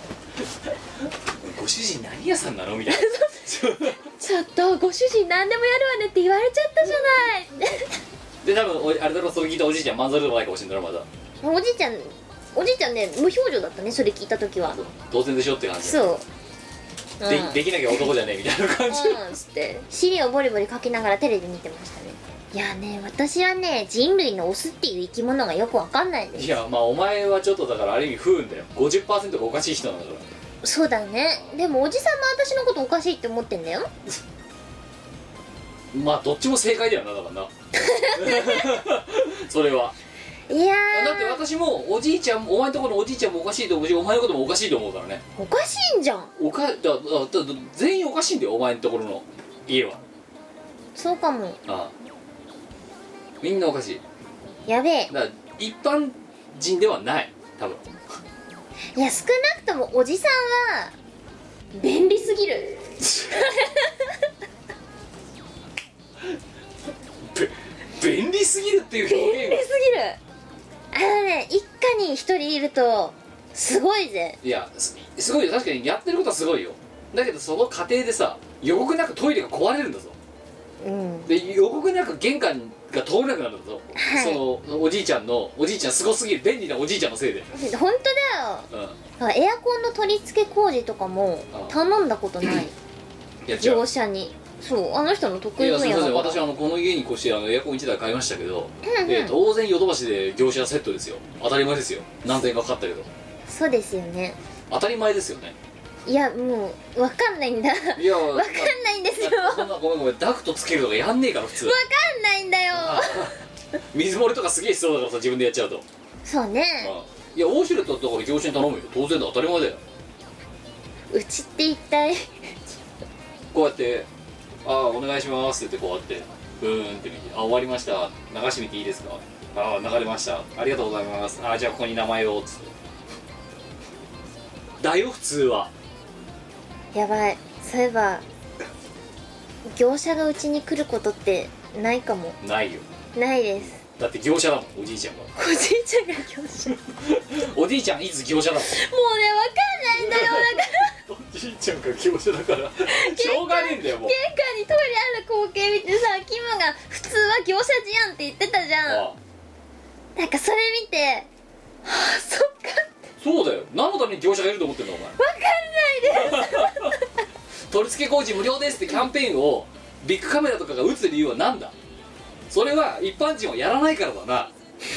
ご主人何屋さんなのみたいな。
ちょっとご主人何でもやるわねって言われちゃったじゃない
で多分あれだろ、それ聞いたおじいちゃんまんざるでもないかもしれないだろまだ。
おじいちゃんね無表情だったね、それ聞いた時は。
当然でしょって感じ。
そう
できなきゃ男じゃねえみたいな感じ。
つって尻をボリボリかけながらテレビ見てましたね。いやね、私はね人類のオスっていう生き物がよくわかんないです。
いやまあお前はちょっとだからある意味不運だよ。 50% がおかしい人なんだから。
そうだね。でもおじさんも私のことおかしいって思ってんだよ。
まあどっちも正解だよなだからな。それは。
いや
だって私もおじいちゃん、お前のところのおじいちゃんもおかしいと思うし、お前のこともおかしいと思うからね。
おかしいんじゃん。
全員おかしいんだよお前のところの家は。
そうかも。
ああみんなおかしい。
やべえ。
だから一般人ではない多分。
いや少なくともおじさんは便利すぎる。
便利すぎるっていう
便
表現
利すぎる。一家に一人いるとすごいぜ。
いやすごいよ。確かにやってることはすごいよ。だけどその過程でさ、予告なくトイレが壊れるんだぞ。
うん
で予告なく玄関が通れなくなるんだぞ、
はい
そのおじいちゃんすごすぎる便利なおじいちゃんのせいで。
本当だよ。
うん
エアコンの取り付け工事とかも頼んだことない。
いや違う。
業者に。そうあの人の得意
いやすみません、
分野だから。
私この家に越してエアコン1台買いましたけど、
うんうん
当然ヨドバシで業者セットですよ。当たり前ですよ。何千円かかったけど
そうですよね。
当たり前ですよね。
いやもう分かんないんだ。分
いや
かんないんですよ。
そんなごめんダクトつけるとかやんねえから普通。
分かんないんだよ。
水漏れとかすげえ必要だからさ自分でやっちゃうと。
そうね。
いやウォシュレットだったから業者に頼むよ。当然だ、当たり前だよ。
うちって一体。
こうやって「ああお願いします」ってこうやってブーンって見て「あ終わりました、流してみていいですか、ああ流れました、ありがとうございます、ああじゃあここに名前を」っつってだよ普通は。
やばい。そういえば業者がうちに来ることってないかも。
ないよ。
ないです。
だって業者だもんおじいちゃんが。
おじいちゃんが業者。も
おじいちゃんいつ業者だもん。
うね分かんないんだよ。だから
おじいちゃんが業者だからしょうがねえんだよもう。
玄関にトイレある光景見てさ、キムが普通は業者じゃんって言ってたじゃん。
ああ
なんかそれ見て、はあそっか
そうだよ。何のために業者がいると思ってんだお前。
分かんないです。
取り付け工事無料ですってキャンペーンをビッグカメラとかが打つ理由は何だ。それは一般人はやらないからだな。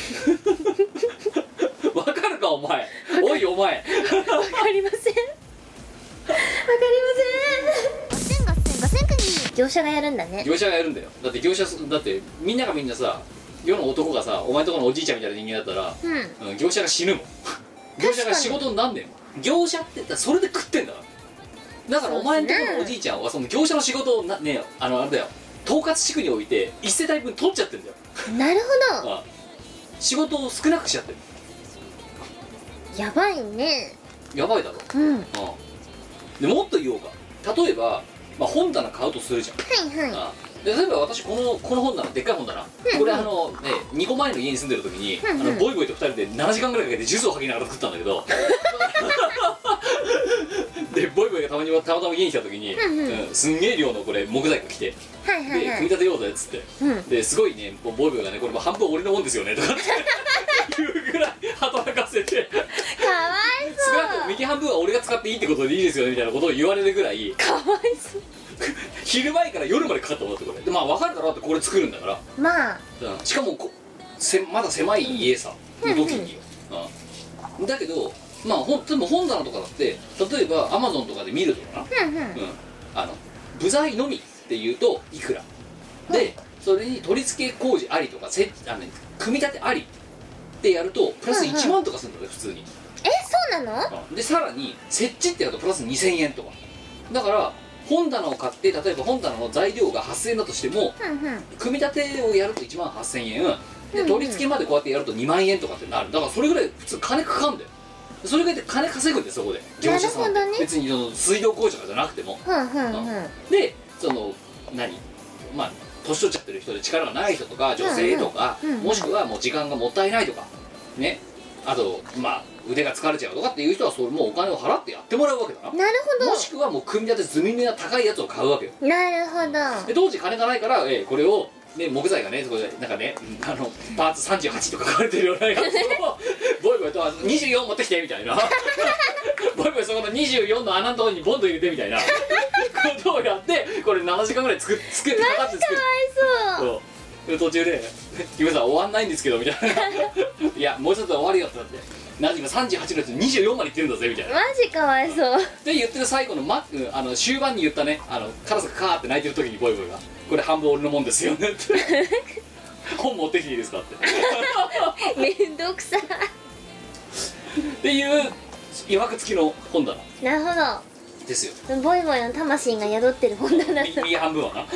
わかるかお前。おいお前。
分かりません。分かりません。ガセンクニ業者がやるんだね。
業者がやるんだよ。だってだってみんながみんなさ、世の男がさ、お前んとこのおじいちゃんみたいな人間だったら、業者が死ぬもん。業者が仕事になんねえもん。業者ってそれで食ってんだから。だからお前んとこのおじいちゃんはその業者の仕事をあれだよ、統括地区において1世帯分取っちゃってんだよ。
なるほど。
ああ仕事を少なくしちゃってる。
やばいね。
やばいだろ。
うん。
でもっと言おうか。 例えば、まあ、本棚買うとするじゃん。
はいはい。
で例えば私この本棚、でっかい本棚、これ2個前の家に住んでる時に、ボイボイと2人で7時間ぐらいかけてジュースを吐きながら作ったんだけどでボイボイがたまたま家に来た時に、すんげえ量のこれ木材が来て、で組み立てようぜっつって、ですごいね、ボイボイがね、これも半分俺のもんですよねとかって言うぐらい働かせて、
かわいそう。
少なくとも右半分は俺が使っていいってことでいいですよねみたいなことを言われるぐらい、
かわいそう。
昼前から夜までかかったもんだって。これでまあ分かるだろうって、これ作るんだから、
まあ
しかもまだ狭い家さの時によ、だけどまあでも本棚とかだって例えばアマゾンとかで見るとかな、部材のみっていうといくらで、それに取り付け工事ありとか組み立てありってやるとプラス1万とかするんだね、普通に。
そうなの？
でさらに設置ってやるとプラス2000円とかだから、本棚を買って例えば本棚の材料が8000円だとしても、組み立てをやると1万8000円で、取り付けまでこうやってやると2万円とかってなる。だからそれぐらい普通金かかんだよ。それぐらいで金稼ぐんで、そこで業者さんって、別に水道工事とかじゃなくても、でまあ年取っちゃってる人で力がない人とか女性とか、もしくはもう時間がもったいないとかね、あとまあ腕が疲れちゃうとかっていう人はそれもうお金を払ってやってもらうわけだな。
なるほど。
もしくはもう組み立て済みの高いやつを買うわけよ。
なるほど。
で当時金がないから、これを、ね、木材がね、そこでなんかね、パーツ38とか書かれてるようなやつをボイボイと24持ってきてみたいなボイボイそこの24の穴のところにボンと入れてみたいなことをやって、これ7時間ぐらい作ってかかって作る。
かわいそう。
で途中で「キムさん終わんないんですけど」みたいな「いやもうちょっと終わるよ」ってなって。今38のやつ24までいってるんだぜみたいな。
マジかわいそう
って言ってる最後の終盤に言ったね、カラスがカーって泣いてる時にボイボイが「これ半分俺のもんですよね」って本持ってきていいですかって
めんどくさ
っていういわくつきの本棚
なるほど
ですよ。
ボイボイの魂が宿ってる本棚だ
右半分はな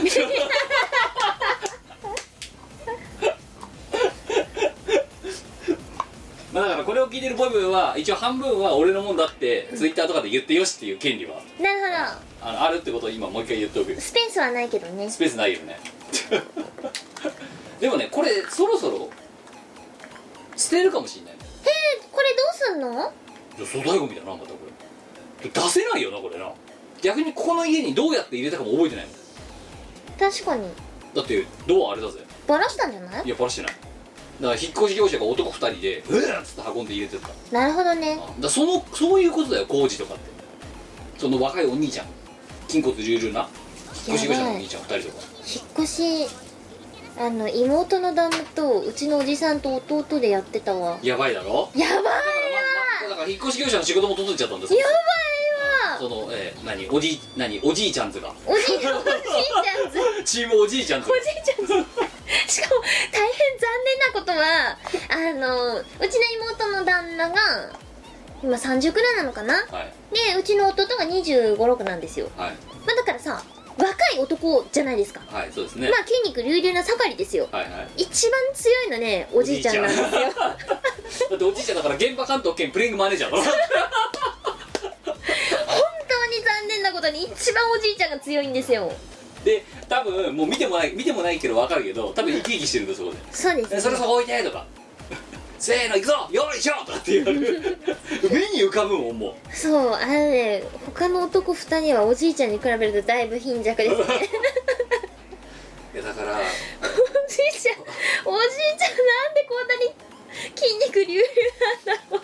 まあだからこれを聞いてるボイボイは一応半分は俺のもんだってツイッターとかで言ってよしっていう権利は
なるほ
あるってことを今もう一回言っておく。
ど。スペースはないけどね。
スペースないよねでもね、これそろそろ捨てるかもしんない。
これどうすんの？
いや粗大ゴミだな、またこれ出せないよなこれな。逆にここの家にどうやって入れたかも覚えてないもん。
確かに
だってドアあれだぜ。
バラしたんじゃない？
いやバラしてない。だから引っ越し業者が男2人でうわっつって運んで入れてた。
なるほどね。
だそういうことだよ、工事とかって。その若いお兄ちゃん、筋骨隆々な引っ越し業者のお兄ちゃん2人とか。
引っ越し妹の旦那とうちのおじさんと弟でやってたわ。
やばいだろ。
やばいわ。
だから引っ越し業者の仕事も取っちゃったんですよ。
やばいわ。
おじいちゃんズが
おじいちゃんズ
チームおじいちゃんズ
おじいちゃんズしかも大変残念なことはうちの妹の旦那が今30くらいなのかな、
はい、
でうちの弟が25、6なんですよ、
はい、
まあ、だからさ若い男じゃないですか。
はい、そうですね。
まあ筋肉隆々な盛りですよ。
はいはい。
一番強いのねおじいちゃんなんですよ
だっておじいちゃんだから現場監督兼プレイングマネージャーだろ
本当に残念なことに一番おじいちゃんが強いんですよ。
で多分もう見てもないけど分かるけど多分生き生きしてるんだそこで。
そうです、ね、
それそこ置いてとかせーの行くぞよいしょとかって言われる目に浮かぶもん。もう
そうね、他の男2人はおじいちゃんに比べるとだいぶ貧弱ですね
いやだから
おじいちゃんなんでこんなに筋肉隆々なんだろう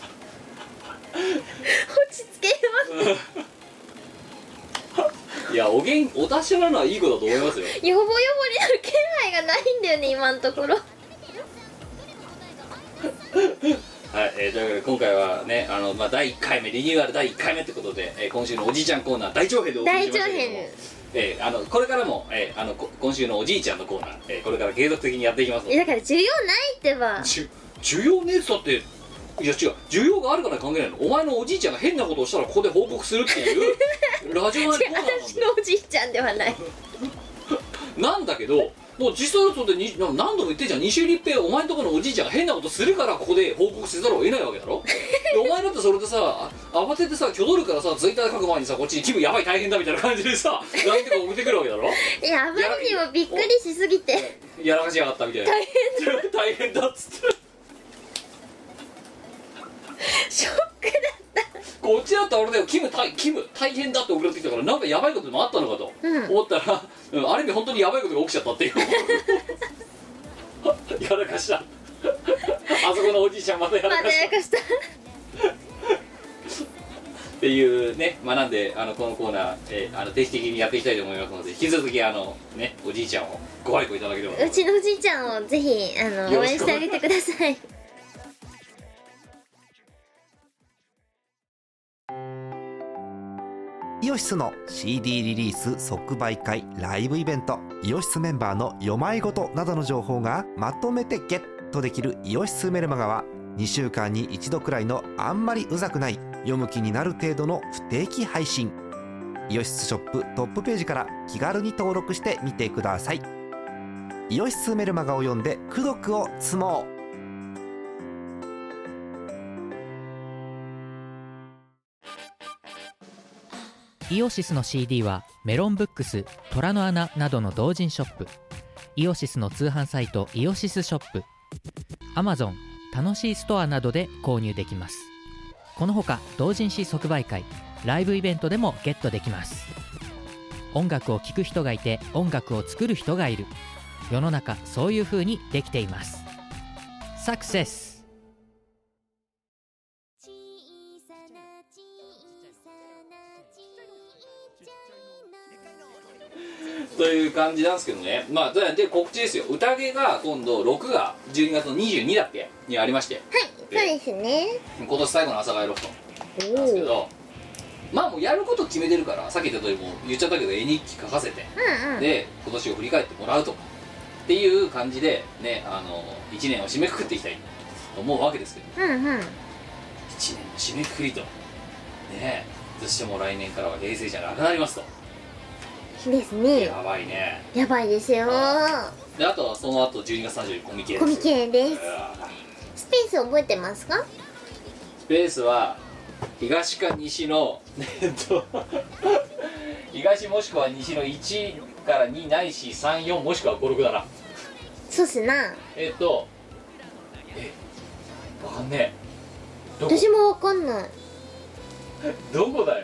落ち着けよ
いやお達者なのはいいことだと思いますよ。
ヨボヨボになる気配がないんだよね今のところ
はい、というわけで今回はね第1回目リニューアル第1回目ってことで、今週のおじいちゃんコーナー大長編でお送りしましたけども、これからも、今週のおじいちゃんのコーナー、これから継続的にやっていきますので。
だから需要ないってば
需要ねえだって。いや違う、需要があるから関係ないの。お前のおじいちゃんが変なことをしたらここで報告するっていうラジオ内コーナーなんだよ。
私のおじいちゃんではない
なんだけどもう実際のことで何度も言ってんじゃん。2週に一遍お前んとこのおじいちゃんが変なことするからここで報告せざるを得ないわけだろでお前だってそれでさ慌ててさ挙動るからさツイッターで書く前にさこっちにキムやばい大変だみたいな感じでさ LINE とか送ってくるわけだろ。
いや、あまりにもびっくりしすぎて
やらかしやがったみたいな。
大変だ
大変だっつって
ショックだった。
こっちだったらあれだよ、キム大変だって送られてきたから、なんかやばいことでもあったのかと、思ったら、ある意味本当にやばいことが起きちゃったっていうやらかしたあそこのおじいちゃんまたやらかしたっていうね、まあなんでこのコーナー、定期的にやっていきたいと思いますので、引き続きねおじいちゃんをご愛顧いただければ。
うちのおじいちゃんをぜひ応援してあげてください。
イオシスの CD リリース即売会ライブイベント、イオシスメンバーの読まいごとなどの情報がまとめてゲットできるイオシスメルマガは、2週間に1度くらいのあんまりうざくない読む気になる程度の不定期配信。イオシスショップトップページから気軽に登録してみてください。イオシスメルマガを読んで功徳を積もう。
イオシスの CD はメロンブックス、虎の穴などの同人ショップ、イオシスの通販サイトイオシスショップ、Amazon、楽しいストアなどで購入できます。このほか同人誌即売会、ライブイベントでもゲットできます。音楽を聴く人がいて音楽を作る人がいる。世の中そういう風にできています。サクセス。
という感じなんですけどね。まあで告知ですよ。宴が今度6が12月の22だっけにありまして、
はい、そうですね。
今年最後の阿佐ヶ谷ロフトなんですけど、まあもうやること決めてるから、さっき言った通りもう言っちゃったけど絵日記書かせて、で今年を振り返ってもらうとかっていう感じでね、1年を締めくくっていきたいと思うわけですけど、1年の締めくくりとね、そしてもう来年からは平成じゃなくなりますと。
ですね。
やばいね。
やばいですよ。
であとはその後12月30日コミケです。
コミケです。スペース覚えてますか？
スペースは東か西の東もしくは西の1から2ないし34もしくは56だな。
そうっすな。
わかんね
え。私もわかんない。
どこだよ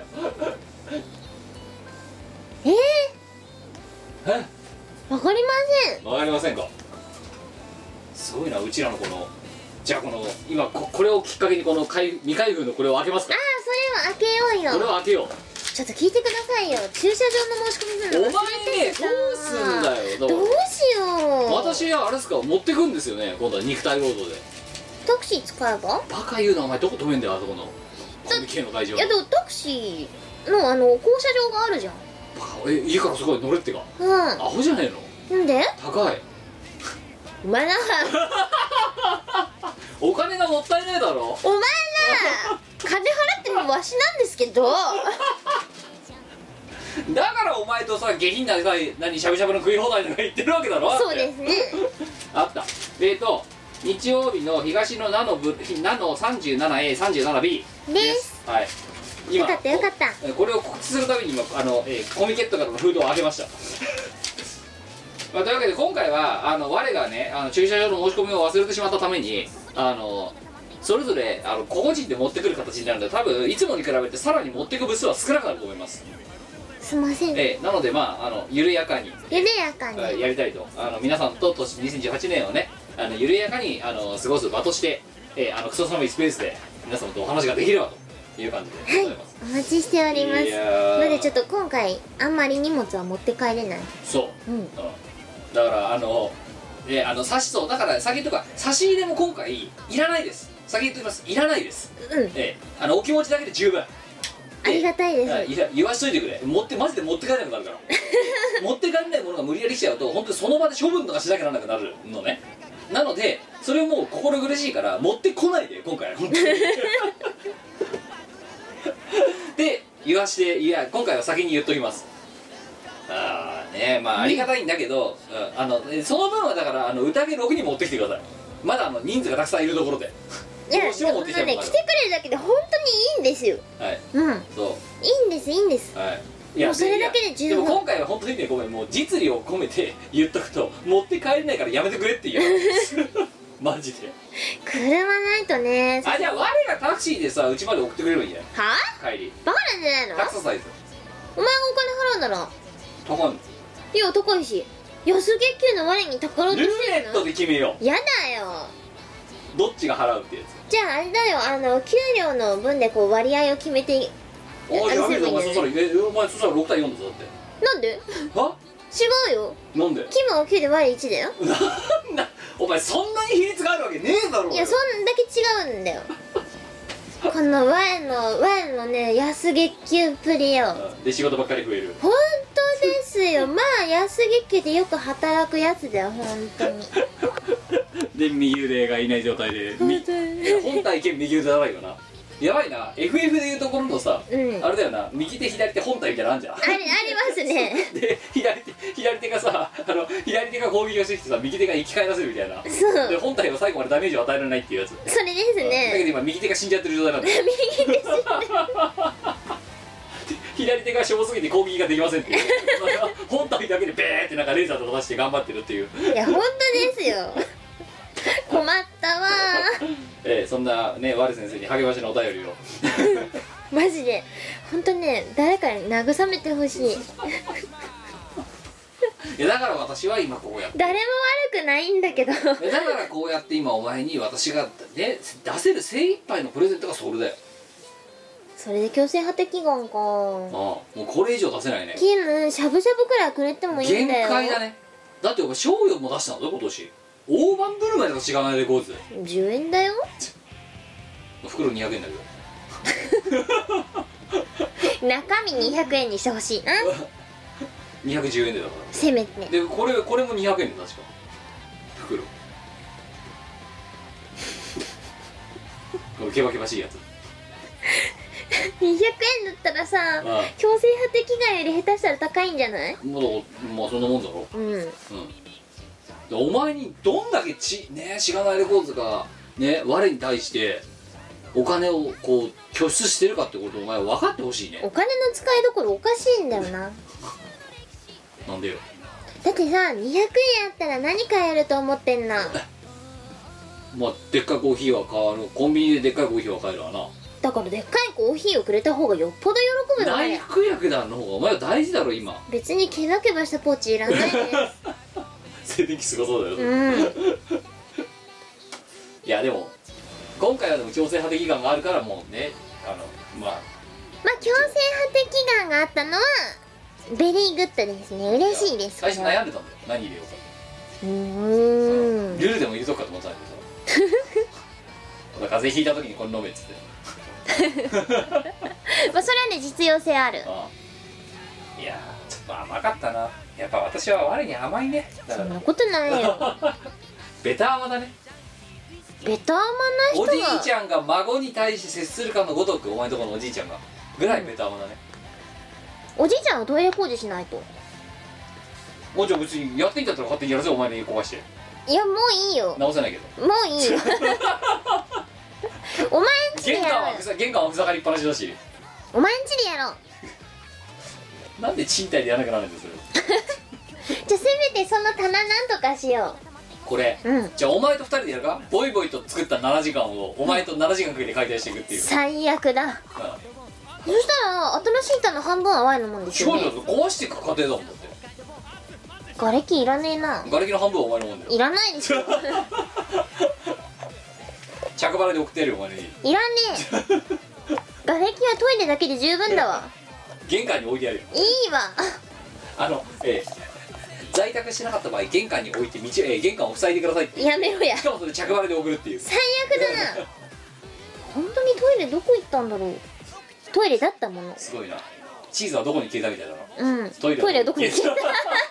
わかりません。
わかりませんか。すごいな、うちらのこの、じゃあこの今これをきっかけにこの未開封のこれを開けますか。
ああ、それは開けようよ。
これを開けよう。
ちょっと聞いてくださいよ。駐車場の申し込みするの忘れてた。
お前ね、どうすんだよ。
どうしよう。
私はあれですか、持ってくんですよね、今度は肉体労働で。
タクシー使えば？
バカ言うな、お前どこ止めんだよ、あそこのコミケの会場。
いやでもタクシーの降車場があるじゃん。
バカ、家からそこに乗れってか。アホじゃねえの。
なんで？
高い。
お前な
お金がもったいないだろ。
お前な金払ってるのわしなんですけど
だからお前とさ下品なさ、何しゃぶしゃぶの食い放題とか言ってるわけだろ。
そうですね
あった。日曜日の東のナノ 37A37B です。はい。今
よかったよかった。
これを告知するために今コミケットからのフードを開けましたまあ、というわけで今回は我がね駐車場の申し込みを忘れてしまったためにそれぞれ個々人で持ってくる形になるので、多分いつもに比べてさらに持っていく部数は少なくなると思います。
すいません。
なのでまあ緩やかにやりたいと、皆さんと2018年をね緩やかに過ごす場として、クソ寒いスペースで皆様とお話ができればという感じでございます。
お待ちしております。のでちょっと今回あんまり荷物は持って帰れない。
そう、だからそうだから先とか差し入れも今回いらないです。先言っておきます、いらないです。お気持ちだけで十分。
ありがたいです。
言わしといてくれ。マジで持って帰れなくなるから持って帰れないものが無理やり来ちゃうと本当にその場で処分とかしなきゃならなくなるのね。なのでそれもう心苦しいから持ってこないで今回本当にで言わして、今回は先に言っときます。まあありがたいんだけど、その分はだから宴6に持ってきてください。まだ人数がたくさんいるところで。
いや、でもね、来てくれるだけで本当にいいいんですよ。
はい、
そいいんです、いいんです。
はい、
いやもうそれだけで十分。
でも今回は本当にね、ごめん、もう実利を込めて言っとくと、持って帰れないからやめてくれって言うマジで
車ないとね。
じゃあ我がタクシーでさ、うちまで送ってくれればいいんじゃない？
は
帰り
バカなんじゃないの？
タクササイズ
お前がお金払うんだろ。
高いの？
いや高いし、安月給の我にたからうと
ルー
してるの？
レットで決めよ
やだよ。
う。どっちが払うってやつ。
じゃああれだよ、給料の分でこう割合を決めて
おい、やめろ、お前そしたら、
なん
6対4だぞだって。
で
は？
違うよ。
なんで？
キムが9で我1だよ。
お前そんなに比率があるわけねえだろうよ。
いやそんだけ違うんだよこの我のね安月給っぷりよ。
で仕事ばっかり増える。
本当ですよ。まあ安月給でよく働くやつだよ本当に
で右腕がいない状態で
本当に
本体兼右腕やばいよな。やばいな。 FF でいうところのさ、あれだよな、右手左手本体みたいなのあんじゃん。
ありますね
で左手がさ、左手が攻撃をしてきてさ、右手が生き返らせるみたいな。
そう
で本体は最後までダメージを与えられないっていうやつ。
それです
だけど
ね。
今右手が死んじゃってる状態なんだよ
右です
左手がしょぼすぎて攻撃ができませんっていう本体だけでベーってなんかレーザーと出して頑張ってるっていう。
いや本当ですよ困ったわ
そんなね、我先生に励ましのお便りを
マジで本当ね、誰かに慰めてほしい
いやだから私は今こうやって
誰も悪くないんだけど
だからこうやって今お前に私が、ね、出せる精一杯のプレゼントがそれだよ。
それで強制破適眼か。
もうこれ以上出せないね。
キムしゃぶしゃぶくらいくれてもいいんだよ。
限界だね。だってお前賞与も出したんだぞ今年。大盤振る舞いとか違わないでこいつ。
10円だよ。
袋200円だけど
中身200円にしてほしいな
210円でだから
せめて。
でこれも200円で確か袋このケバケバしいやつ
200円だったらさ、強制破適眼より下手したら高いんじゃない？
まあそんなもんだろ。
うん
お前にどんだけしがないレコーズがね我に対してお金をこう拠出してるかってことをお前は分かってほしいね。
お金の使いどころおかしいんだよな
なんでよ。
だってさ、200円あったら何買えると思ってんな
まあでっかいコーヒーは買える。コンビニででっかいコーヒーは買えるわな。
だからでっかいコーヒーをくれた方がよっぽど喜ぶよ
内
ね。
服薬だの方がお前は大事だろ今。
別にケバケバしたポーチいらないです
静電気すごそうだよ、いやでも今回はでも強制破適眼があるからもうねまあ
強制破適眼があったのはベリーグッドですね。嬉しいです。
最初悩んでたんだよ何入れようか。ルルでも入れとくかと思ってたんだけど風邪ひいた時にこれ飲めっつって
それはね実用性ある。
いやちょっと甘かったな。やっぱ私は我に甘いね。
そんなことないよ
ベタ甘だね。
ベタ甘な人が
おじいちゃんが孫に対して接するかのごとくお前のところのおじいちゃんがぐらいベタ甘だね、
おじいちゃんはトイレ工事しないと。
もうじゃあ別にやっていいんだったら勝手にやらせよお前に壊して。
いやもういいよ。
直せないけど
もういいよお前んちでやろう。
玄関は塞がりっぱなしだし。
お前んちでやろう。
なんで賃貸でやらなきゃならないんですよ
じゃあせめてその棚なんとかしよ
これ、
う。
じゃあお前と2人でやるか。ボイボイと作った7時間をお前と7時間かけて解体していくっていう、
最悪だ。そしたら新しい棚半分はワイのもんですよね。
違うよ壊していく過程だもんだって。
瓦礫いらねえな。
瓦礫の半分はお前のもんだよ。
いらないでしょ
着払いで送ってやるよお前に。
いらねえ瓦礫はトイレだけで十分だわ。
玄関に置いてやるよ。
いいわ
在宅してなかった場合玄関に置いて玄関を塞いでくださいって
やめろや。
しかもそれ着払いで送るっていう。
最悪だな本当にトイレどこ行ったんだろう。トイレだったもの。
すごいな。チーズはどこに消えたみたいだな。
トイレはどこに消えた本当に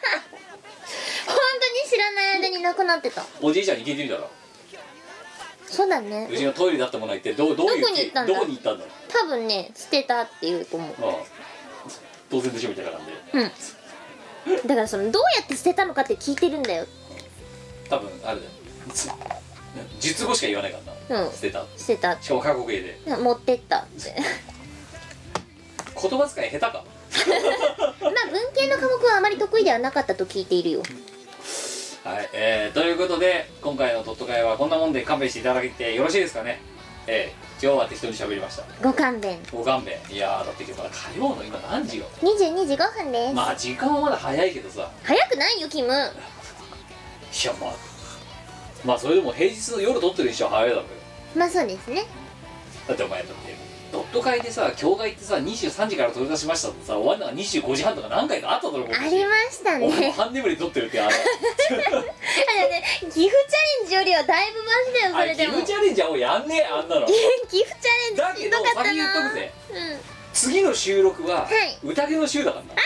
知らない間になくなってた。
おじいちゃんに聞いてみたら。
そうだね。
うちのトイレだったものは一体どういうどこに行ったんだろう。
多分ね捨てたって言うと思う。
当然でしょみたいな感じで。
だからそのどうやって捨てたのかって聞いてるんだよ。
多分あれだよ術後しか言わないからな。
うん
捨てた、
捨てた。
しかも過去形で。
持ってったって
言葉遣い下手か。
まあ文系の科目はあまり得意ではなかったと聞いているよ。
はい、ということで今回のドット会はこんなもんで勘弁していただけてよろしいですかね。今日は適当に喋りました。
ご勘弁。
ご勘弁。いやーだって今日まだ火曜の今何時よ。
22時5分です。
まあ時間はまだ早いけどさ。
早くないよキム。
いやまあそれでも平日の夜撮ってる人は早いだろうよ。
まあそうですね。
だってお前だってドット会でさ、今日会ってさ23時から取り出しましたってさ、終わるのが25時半とか何回かあっただろう。
ありました
お前も
ね。
半眠り撮ってるってあれ
あのね、岐阜チャレンジよりはだいぶマシだよそ
あれ
れでも。
ギフチャレンジはもうやんねえあんなの。
岐阜チャレン
だけど
ジひどかったな。
先言っとくぜ、
うん。
次の収録は
はい
宴の週だからな。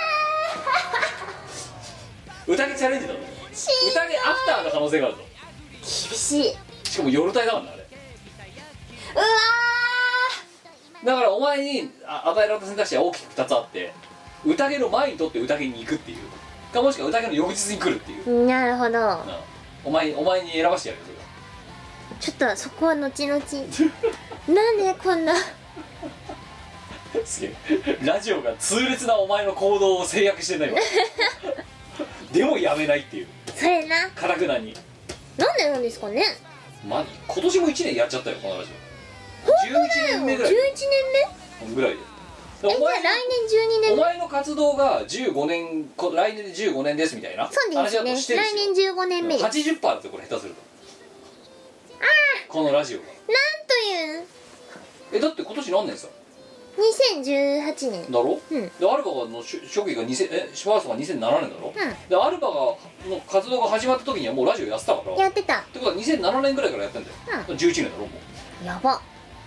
宴チャレンジだぞ。宴アフターの可能性があるぞ。
厳しい。
しかも夜帯だからなあれ。
うわ
だからお前に与えられた選択肢は大きく2つあって、宴の前にとって宴に行くっていうか、もしくは宴の翌日に来るっていう、
ー。なるほど。
お前に選ばしてやるよ
ちょっとそこは後々。なんでこんな。
それすげえラジオが痛烈なお前の行動を制約してんだ今でもやめないっていう、
それな。
かたくなに。
なんでなんですかね。
今年も1年やっちゃったよこのラジオ。11年目ぐらい
11年
ぐらいで。
目。じゃあ来年12年目。
お前の活動が15年来年で15年ですみたいな
そう
話だ
ですね。
としてるんですよ。
来年15年目です。なん
80% だってこれ下手するとこのラジオが。
という。
だって今年何年さ
2018年。
だろ、
うん
でアルバの初期がシュワースが2007年だろ、
う
でアルバの活動が始まった時にはもうラジオやってたから、
やってた。
ってことは2007年ぐらいからやってんだよ、11年だろもう
やば。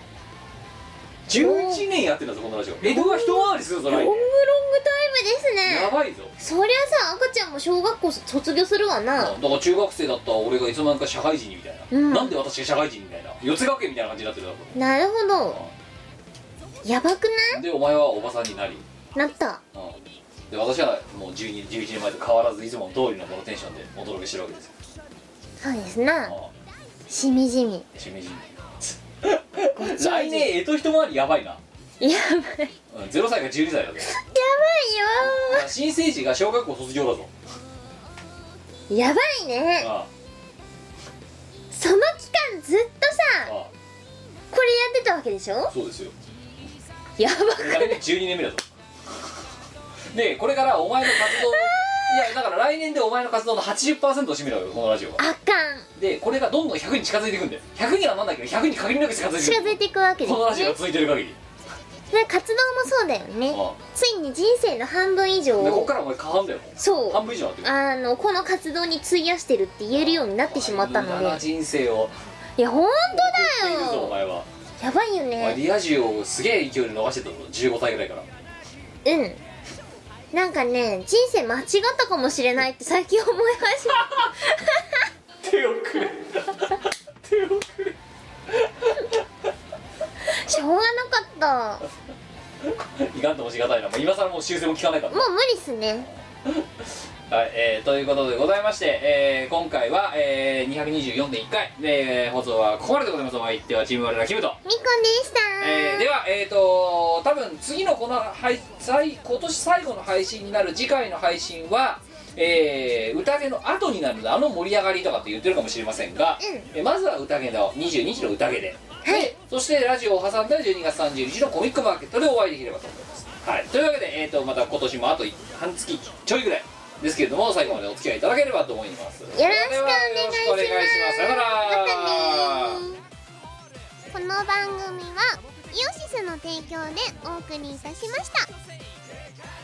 11年やってんだぞこのラジオ。江戸は一回りするぞ来年。
ロングロングタイムですね。
やばいぞ。
そりゃさ、赤ちゃんも小学校卒業するわな。
だから中学生だった俺がいつの間にか社会人みたいな、
うん
なんで私が社会人みたいな、四つ学園みたいな感じになってるだろ
なるほど。やばくない？
でお前はおばさんになり、
なった。
で私はもう11年前と変わらずいつもの通りのこのテンションでお届けしてるわけですよ。
そうですな。しみじみ。
しみじみ来年干支一回りやばいな。
やばい。
0歳か12歳だぞ。
やばいよ
新生児が小学校卒業だぞ。
ー。やばいね。その期間ずっとさ、これやってたわけでしょ？
そうですよ。
やばく
来年12年目だぞ。でこれからお前の活動、いやだから来年でお前の活動の 80% を占めるわけよこのラジオは。
あかん。
でこれがどんどん100に近づいていくんだよ。100にはなんないけど100に限りなく近づいていく。
近づいていくわけですね
このラジオが。続いてる限り。
で活動もそうだよね。ついに人生の半分以上
でこっ
を、
からお前過半だよ。
そう、
半分以上になってる。
この活動に費やしてるって言えるようになってしまったの
無駄な
で。
人生を
いや、ほんと
送っているぞお
だよ。
前は。
やばいよ
お前
ね。
リア充をすげえ勢いで伸ばしてたぞ15歳ぐらいから。
うん。なんかね、人生間違ったかもしれないって最近思い始め
手をくれ手をくれ
しょうがなかっ
いかんともしがたいな。もう今更もう修正も効かないから
た。もう無理っすね。
はい、ということでございまして、今回は、224.1回、放送はここまででございます。お相手はチーム我らキムと、
みこでした
では多分次のこの今年最後の配信になる次回の配信は、宴の後になるので盛り上がりとかって言ってるかもしれませんが、まずは宴の22日の宴で、でそしてラジオを挟んだ12月30日のコミックマーケットでお会いできればと思います。はい、というわけで、また今年もあと半月ちょいぐらいですけれども、最後までお付き合いいただければと思います。よろしく
よろしくお願いします。
さよなら。
またねー。
この番組はイオシスの提供でお送りいたしました。